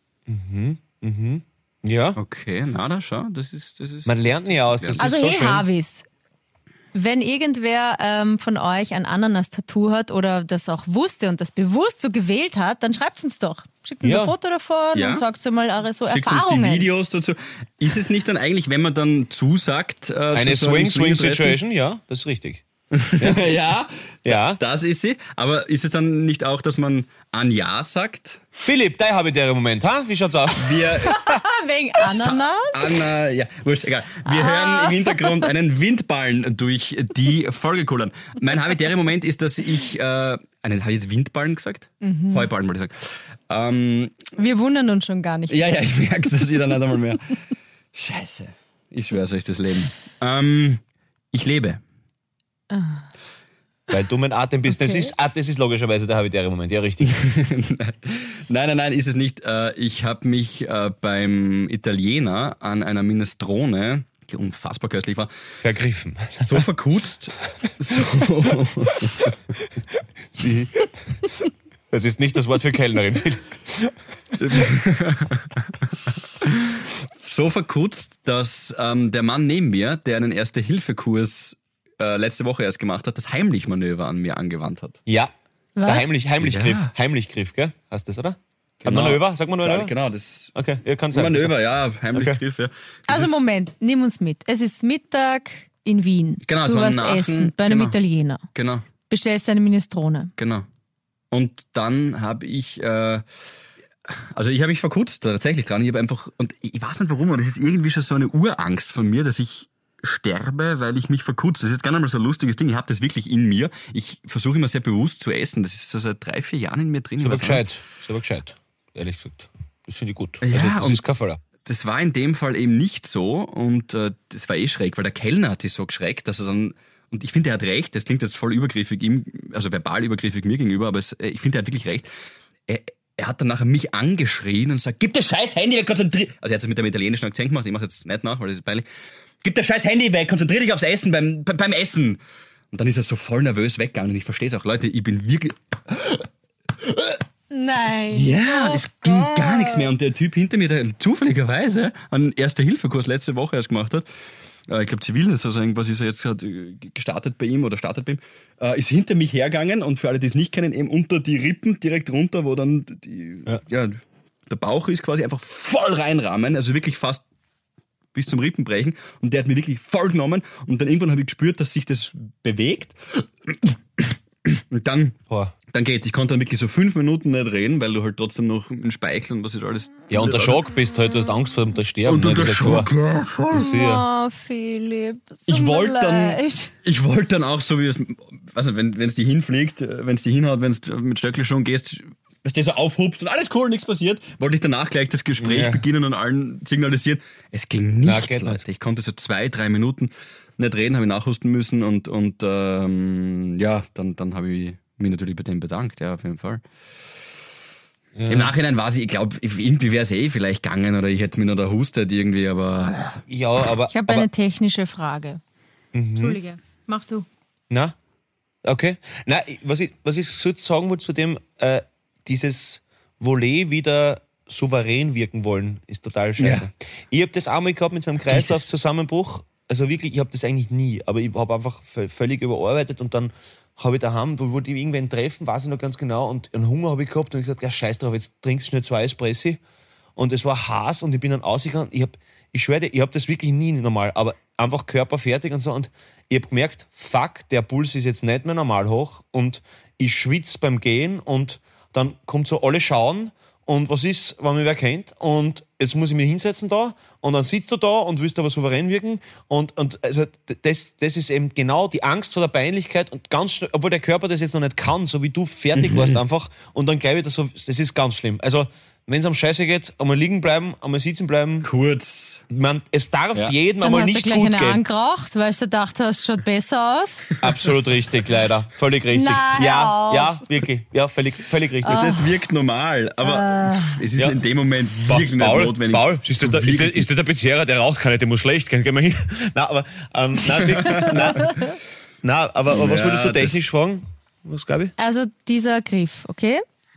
Ja. Okay, na da, schau, das ist... Man lernt nie aus. Das Also ist so hey schön. Harvis, wenn irgendwer von euch ein Ananas-Tattoo hat oder das auch wusste und das bewusst so gewählt hat, dann schreibt uns doch. Schickt uns Ja. ein Foto davon Ja. und sagt mal eure so Schickt uns Erfahrungen. die Videos dazu. Ist es nicht dann eigentlich, wenn man dann zusagt... Eine zu so einem Swing-Situation, ja, das ist richtig. Ja, Ja. das ist sie. Aber ist es dann nicht auch, dass man ein Ja sagt? Philipp, dein habitärer Moment, ha? Wie schaut's aus? Wir... Wegen Ananas? Anna, ja, wurscht, egal. Wir hören im Hintergrund einen Windballen durch die Folge kullern. Mein habitärer Moment ist, dass ich, habe ich jetzt Windballen gesagt? Heuballen wollte ich sagen. Wir wundern uns schon gar nicht. Ja, ich merke es, dass ich dann nicht einmal mehr... Scheiße. Ich schwör's euch, das Leben. Ich lebe. Weil du mein Atem bist. Okay. Das ist logischerweise der habitäre Moment, ja, richtig. Nein, ist es nicht. Ich habe mich beim Italiener an einer Minestrone, die unfassbar köstlich war, Vergriffen. so verkutzt, Das ist nicht das Wort für Kellnerin. so verkutzt, dass der Mann neben mir, der einen Erste-Hilfe-Kurs letzte Woche erst gemacht hat, das Heimlich-Manöver an mir angewandt hat. Ja. Was? Der Heimlichgriff. Ja. Heimlichgriff, gell? Hast du das, oder? Genau. Manöver? Sag mal Manöver? Genau, das Okay, ihr könnt sagen. Manöver, ja, Heimlich-Griff, ja. Das Also ist- Moment, nimm uns mit. Es ist Mittag in Wien. Genau, es du war warst in Aachen. essen bei einem Genau. Italiener. Genau. Bestellst eine Minestrone. Genau. Und dann habe ich, also ich habe mich verkutzt tatsächlich dran. Ich habe einfach, und ich weiß nicht warum, aber das ist irgendwie schon so eine Urangst von mir, dass ich sterbe, weil ich mich verkutze. Das ist jetzt gar nicht mal so ein lustiges Ding. Ich habe das wirklich in mir. Ich versuche immer sehr bewusst zu essen. Das ist so seit 3-4 Jahren in mir drin. Ist aber Ich weiß nicht. gescheit. Ist aber gescheit. Ehrlich gesagt. Das finde ich gut. Ja, also, das und- ist kein Fehler. Das war in dem Fall eben nicht so und das war schräg, weil der Kellner hat sich so geschreckt, dass er dann, und ich finde, er hat recht, das klingt jetzt voll übergriffig ihm, also verbal übergriffig mir gegenüber, aber ich finde, er hat wirklich recht. Er hat dann nachher mich angeschrien und sagt, gib das scheiß Handy weg, konzentrier... Also er hat es mit dem italienischen Akzent gemacht, ich mache jetzt nicht nach, weil das ist peinlich. Gib das scheiß Handy weg, konzentrier dich aufs Essen beim Essen. Und dann ist er so voll nervös weggegangen und ich verstehe es auch, Leute, ich bin wirklich... Nein. Ja, es ging gar nichts mehr. Und der Typ hinter mir, der zufälligerweise einen Erste-Hilfe-Kurs letzte Woche erst gemacht hat, ich glaube Zivildienst, also irgendwas ist er jetzt gerade gestartet bei ihm oder startet bei ihm, ist hinter mich hergegangen und für alle, die es nicht kennen, eben unter die Rippen direkt runter, wo dann der Bauch ist, quasi einfach voll reinrahmen, also wirklich fast bis zum Rippenbrechen, und der hat mich wirklich voll genommen und dann irgendwann habe ich gespürt, dass sich das bewegt und dann geht's. Ich konnte dann wirklich so 5 Minuten nicht reden, weil du halt trotzdem noch einen Speichel und was ist alles... Ja, unter Schock bist halt, du hast Angst vor dem Sterben. Und ne? unter Das ist ja Schock, klar. ja, voll. Das ist ja- Oh, Philipp. Ich wollte dann auch so wie es, weiß nicht, wenn es die hinfliegt, wenn es die hinhaut, wenn es mit Stöckli schon gehst, dass der so aufhupst und alles cool, nichts passiert, wollte ich danach gleich das Gespräch beginnen und allen signalisieren. Es ging nichts, geht Leute. nicht. Ich konnte so 2-3 Minuten nicht reden, habe ich nachhusten müssen und dann habe ich mich natürlich bei dem bedankt, ja, auf jeden Fall. Ja. Im Nachhinein war sie, ich glaube, irgendwie wäre es vielleicht gegangen oder ich hätte mir noch da hustet irgendwie, aber... Ja, aber... Ich habe eine technische Frage. Entschuldige, mach du. Na? Okay. Na, was ich so sagen wollte zu dem, dieses Volet wieder souverän wirken wollen, ist total scheiße. Ja. Ich habe das einmal gehabt mit so einem Kreislaufzusammenbruch. Also wirklich, ich habe das eigentlich nie, aber ich habe einfach völlig überarbeitet und dann habe ich daheim, da wollte ich irgendwen treffen, weiß ich noch ganz genau, und einen Hunger habe ich gehabt und ich gesagt, ja scheiß drauf, jetzt trinkst du schnell 2 Espressi. Und es war heiß und ich bin dann ausgegangen. Ich schwöre dir, ich habe das wirklich nie normal, aber einfach körperfertig und so. Und ich habe gemerkt, fuck, der Puls ist jetzt nicht mehr normal hoch und ich schwitze beim Gehen und dann kommt so alle schauen und was ist, wenn mich wer kennt und jetzt muss ich mich hinsetzen da und dann sitzt du da und willst aber souverän wirken und also das ist eben genau die Angst vor der Peinlichkeit und ganz schnell, obwohl der Körper das jetzt noch nicht kann, so wie du fertig warst einfach und dann glaube ich, das ist ganz schlimm. Also wenn es am Scheiße geht, einmal liegen bleiben, einmal sitzen bleiben. Kurz. Es darf jedem Dann einmal hast nicht du gleich gut eine gehen. angeraucht, weil du gedacht hast, schaut besser aus. Absolut richtig, leider. Völlig richtig. Na, hör Ja, auf. ja, wirklich. Ja, völlig richtig. Das wirkt normal, aber es ist Ja. in dem Moment wirklich nicht notwendig. Paul, ist das der Bezehrer, der raucht kann nicht, der muss schlecht gehen, geh mal hin. Nein, aber, aber was Ja, würdest du das- technisch fragen? Was, Gabi? Also dieser Griff, okay?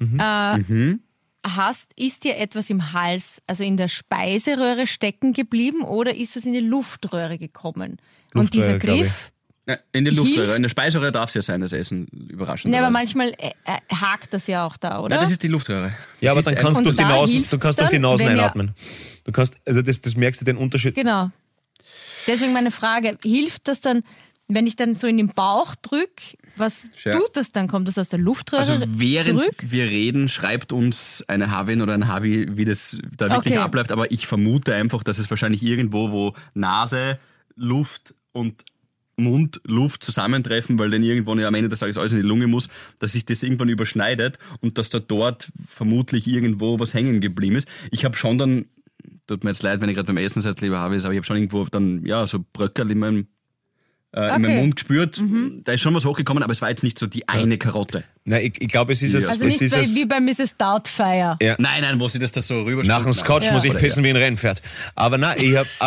Ist dir etwas im Hals, also in der Speiseröhre stecken geblieben oder ist es in die Luftröhre gekommen? Und dieser Luftröhre, glaub ich. Griff, Ja, in der Luftröhre, Hilft- in der Speiseröhre darf es ja sein, das Essen überraschend. aber manchmal hakt das ja auch da, oder? Nein, das ist die Luftröhre. Ja, aber Das dann ist kannst Und du durch die da Nasen, hilft's du kannst durch die dann, Nasen wenn ihr- einatmen. Du kannst, also das merkst du den Unterschied. Genau. Deswegen meine Frage, hilft das dann, wenn ich dann so in den Bauch drücke, was Ja. tut das dann? Kommt das aus der Luftröhre Also während zurück? wir reden, schreibt uns eine Havin oder ein Havi, wie das da wirklich Okay. abläuft. Aber ich vermute einfach, dass es wahrscheinlich irgendwo, wo Nase, Luft und Mund, Luft zusammentreffen, weil dann irgendwann ja am Ende des Tages alles in die Lunge muss, dass sich das irgendwann überschneidet und dass da dort vermutlich irgendwo was hängen geblieben ist. Ich habe schon dann, tut mir jetzt leid, wenn ich gerade beim Essen seid, lieber Havis, aber ich habe schon irgendwo dann, ja, so Bröckerl in meinem Mund gespürt. Da ist schon was hochgekommen, aber es war jetzt nicht so die eine Karotte. Nein, ich glaube, es ist es. Also es nicht ist es, wie bei Mrs. Doubtfire. Ja. Nein, wo sie das da so rüber Nach dem Scotch muss ich Oder pissen wie ein Rennpferd. Aber nein, ich hab,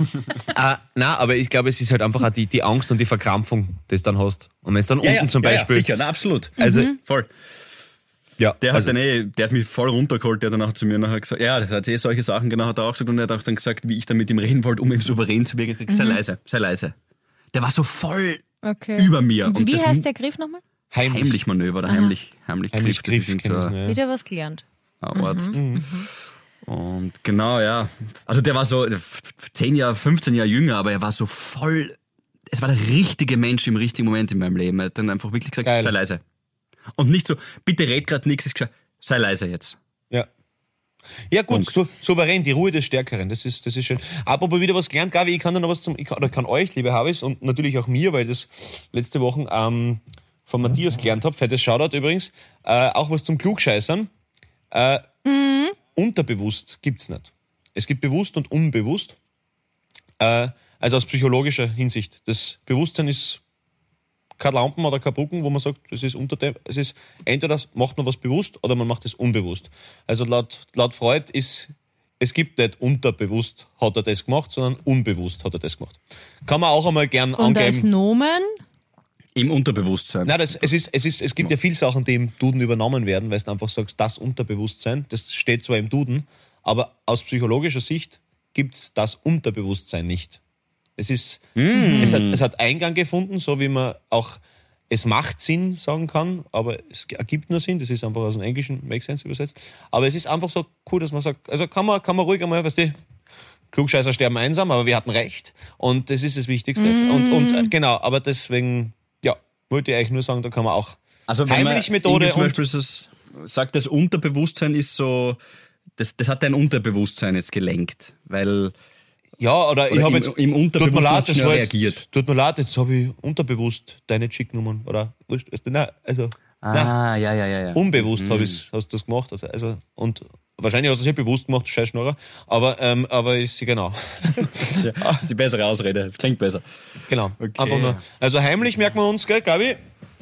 aber ich glaube, es ist halt einfach auch die Angst und die Verkrampfung, die du dann hast. Und wenn es dann unten zum Beispiel, Ja, sicher, na, absolut. also, Voll. ja, Der hat also, dann der hat mich voll runtergeholt, der danach zu mir nachher gesagt, ja, das hat solche Sachen, genau, hat er auch gesagt, und er hat auch dann gesagt, wie ich dann mit ihm reden wollte, um ihm souverän zu wirken, sei leise. Der war so voll Okay. über mir. Und Und wie das heißt der Griff nochmal? Heimlich Manöver oder heimlich heimlich Griff, das ist Griff, irgend so kennen ein Sie, Wieder was gelernt. Arzt. Und genau, ja. Also der war so 10 Jahre, 15 Jahre jünger, aber er war so voll, es war der richtige Mensch im richtigen Moment in meinem Leben. Er hat dann einfach wirklich gesagt, Geil. sei leise. Und nicht so, bitte red grad nichts, ist gesagt, sei leise jetzt. ja. Ja gut, Punkt. souverän, die Ruhe des Stärkeren, das ist schön. Apropos wieder was gelernt, Gabi, ich kann da noch was kann euch, liebe Habis, und natürlich auch mir, weil ich das letzte Woche von Matthias gelernt habe, fettes Shoutout übrigens, auch was zum Klugscheißern. Unterbewusst gibt's nicht. Es gibt bewusst und unbewusst. Also aus psychologischer Hinsicht. Das Bewusstsein ist kein Lampen oder kein Brücken, wo man sagt, es ist entweder macht man was bewusst oder man macht es unbewusst. Also laut Freud es gibt nicht unterbewusst hat er das gemacht, sondern unbewusst hat er das gemacht. Kann man auch einmal gern Und als angeben. Nomen? Im Unterbewusstsein. Nein, es gibt ja viele Sachen, die im Duden übernommen werden, weil du einfach sagst, das Unterbewusstsein, das steht zwar im Duden, aber aus psychologischer Sicht gibt's das Unterbewusstsein nicht. Es hat Eingang gefunden, so wie man auch es macht Sinn sagen kann, aber es ergibt nur Sinn, das ist einfach aus dem Englischen Make Sense übersetzt. Aber es ist einfach so cool, dass man sagt, also kann man ruhig einmal, weißt du, Klugscheißer sterben einsam, aber wir hatten recht und das ist das Wichtigste. Und genau, aber deswegen, ja, wollte ich euch nur sagen, da kann man auch Also wenn man Heimlich-Methode irgendwie zum und- Beispiel sagt, das Unterbewusstsein ist so, das hat dein Unterbewusstsein jetzt gelenkt, weil ja, oder ich Oder habe im- jetzt im Unterbewusstsein tut mir leid, das schnell war jetzt- reagiert. Tut mir leid, jetzt habe ich unterbewusst deine Chick-Nummern oder nein, also nein, ja. unbewusst hast du das gemacht, also und wahrscheinlich hast du es ja bewusst gemacht, Scheißschnorrer, aber ist genau. Die bessere Ausrede, es klingt besser. Genau. Okay. Einfach nur. Also heimlich merken wir uns, gell, Gabi?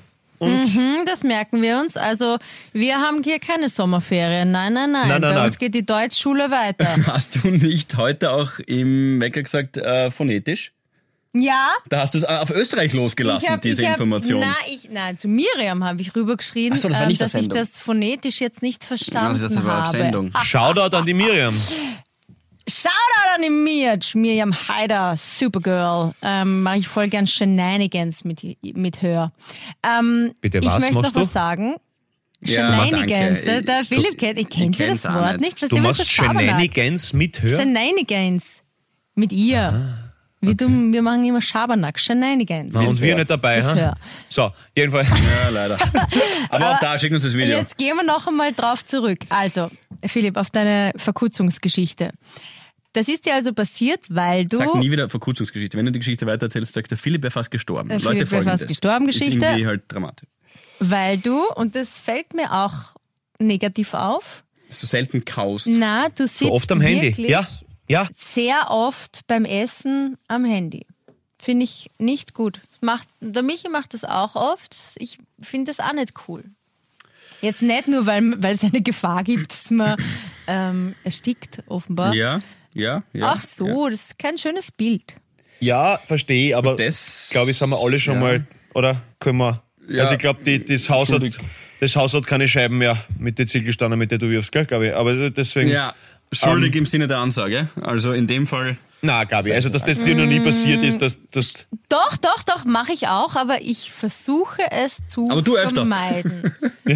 Das merken wir uns. Also wir haben hier keine Sommerferien. Nein. Nein, Bei nein. uns geht die Deutschschule weiter. Hast du nicht heute auch im Wecker gesagt, phonetisch? Ja. Da hast du es auf Österreich losgelassen, diese Information. Nein, zu Miriam habe ich rübergeschrieben, Ach so, das war nicht dass auf ich Sendung. das phonetisch jetzt nicht verstanden das war auf habe. Sendung. Shoutout an die Miriam. Shoutout an die Miriam Haider, Supergirl. Mache ich voll gern Shenanigans mit Hör. Bitte, ich was möchte machst noch du? was sagen. Ja, Shenanigans. danke. Der Philipp kennt ihr kenn's das auch Wort nicht. nicht? Was Du der machst mit so Schabernack? Shenanigans mit Hör? Shenanigans. Mit ihr. Wir machen immer Schabernack, Shenanigans. Und wir nicht dabei, Das ha? hör. So, jedenfalls. Ja, leider. Aber auch da, schick uns das Video. Jetzt gehen wir noch einmal drauf zurück. Also, Philipp, auf deine Verkurzungsgeschichte. Das ist dir also passiert, weil du... Sag nie wieder Verkurzungsgeschichte. Wenn du die Geschichte weiter erzählst, sagst du, der Philipp wäre fast gestorben. Der Leute Philipp wäre folgen fast das. gestorben Geschichte. Ist irgendwie halt dramatisch. Weil du, und das fällt mir auch negativ auf, So selten kaust. na, du sitzt So oft am Handy. wirklich Ja. sehr oft beim Essen am Handy. Finde ich nicht gut. Der Michi macht das auch oft. Ich finde das auch nicht cool. Jetzt nicht nur, weil es eine Gefahr gibt, dass man erstickt, offenbar. Ja. Ach so, Ja. das ist kein schönes Bild. Ja, verstehe, aber Das- glaube ich, sind wir alle schon mal, oder können wir? Ja. Also ich glaube, das Haus hat keine Scheiben mehr mit den Ziegelsteinen, mit der du wirfst, gell, glaube ich. Aber deswegen. Ja, schuldig im Sinne der Ansage. Also in dem Fall. Na, Gabi, also dass das dir noch nie passiert ist, dass Doch, mache ich auch, aber ich versuche es zu Aber du öfter. vermeiden.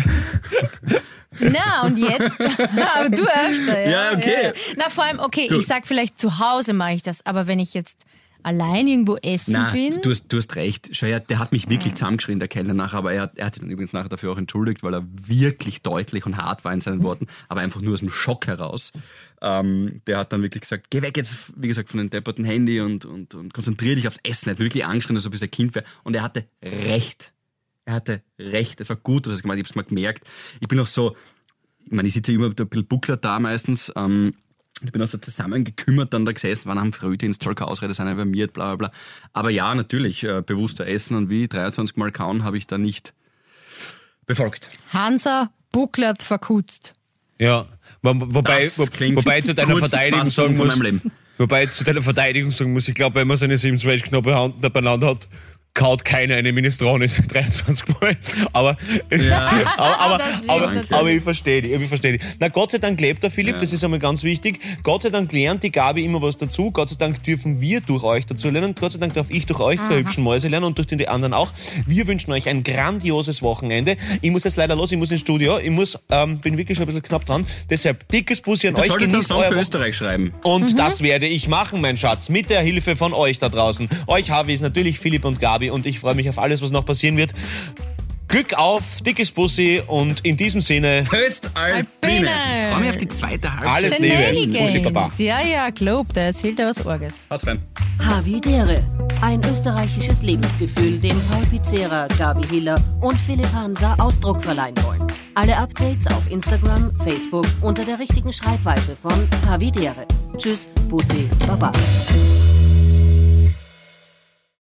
Na, und jetzt? Aber du öfter, ja. Ja, okay. Ja. Na, vor allem, okay, Du- ich sag vielleicht zu Hause mache ich das, aber wenn ich jetzt allein irgendwo essen Na, bin. du hast recht. Schau her, der hat mich wirklich zusammengeschrien, der Kellner nachher, aber er hat sich dann übrigens nachher dafür auch entschuldigt, weil er wirklich deutlich und hart war in seinen Worten, aber einfach nur aus dem Schock heraus. Der hat dann wirklich gesagt, geh weg jetzt, wie gesagt, von dem depperten Handy und konzentrier dich aufs Essen. Er hat wirklich angeschrien, als ob es ein Kind wäre. Und er hatte recht. Es war gut, dass er es gemacht hat. Ich hab's mal gemerkt. Ich bin auch so, ich meine, ich sitze ja immer ein bisschen buckler da meistens. Ich bin auch so zusammengekümmert dann da gesessen, war nach dem Frühdienst, soll keine Ausrede sein, bei mir, bla bla bla. Aber ja, natürlich, bewusster essen und wie 23 Mal kauen habe ich da nicht befolgt. Hansa bucklert verkutzt. ja. Wobei zu deiner Verteidigung sagen von muss, meinem Leben. wobei zu deiner Verteidigung sagen muss, ich glaube, wenn man seine 27 Knochen beieinander hat, kaut keiner eine Minestrone 23 Mal. Aber, Das stimmt. aber ich verstehe dich. Na, Gott sei Dank lebt der Philipp, das ist einmal ganz wichtig. Gott sei Dank lernt die Gabi immer was dazu. Gott sei Dank dürfen wir durch euch dazu lernen. Gott sei Dank darf ich durch euch zwei hübschen Mäuse lernen und durch die anderen auch. Wir wünschen euch ein grandioses Wochenende. Ich muss jetzt leider los, ich muss ins Studio. Bin wirklich schon ein bisschen knapp dran. Deshalb dickes Bussi an Du euch. solltest einen Genießt Song euer für Wochenende. Österreich schreiben. Und das werde ich machen, mein Schatz, mit der Hilfe von euch da draußen. Euch habe ich natürlich Philipp und Gabi und ich freue mich auf alles, was noch passieren wird. Glück auf, dickes Bussi und in diesem Sinne, Föstalpine. Alpine. Ich freue mich auf die zweite Halbzeit. Alles Liebe. Bussi, Baba. Shenanigans. Ja, glaub, der erzählt ja was Orges. Haut's rein. Havidere. Ein österreichisches Lebensgefühl, dem Paul Pizzera, Gabi Hiller und Philipp Hansa Ausdruck verleihen wollen. Alle Updates auf Instagram, Facebook unter der richtigen Schreibweise von Havidere. Tschüss, Bussi, Baba.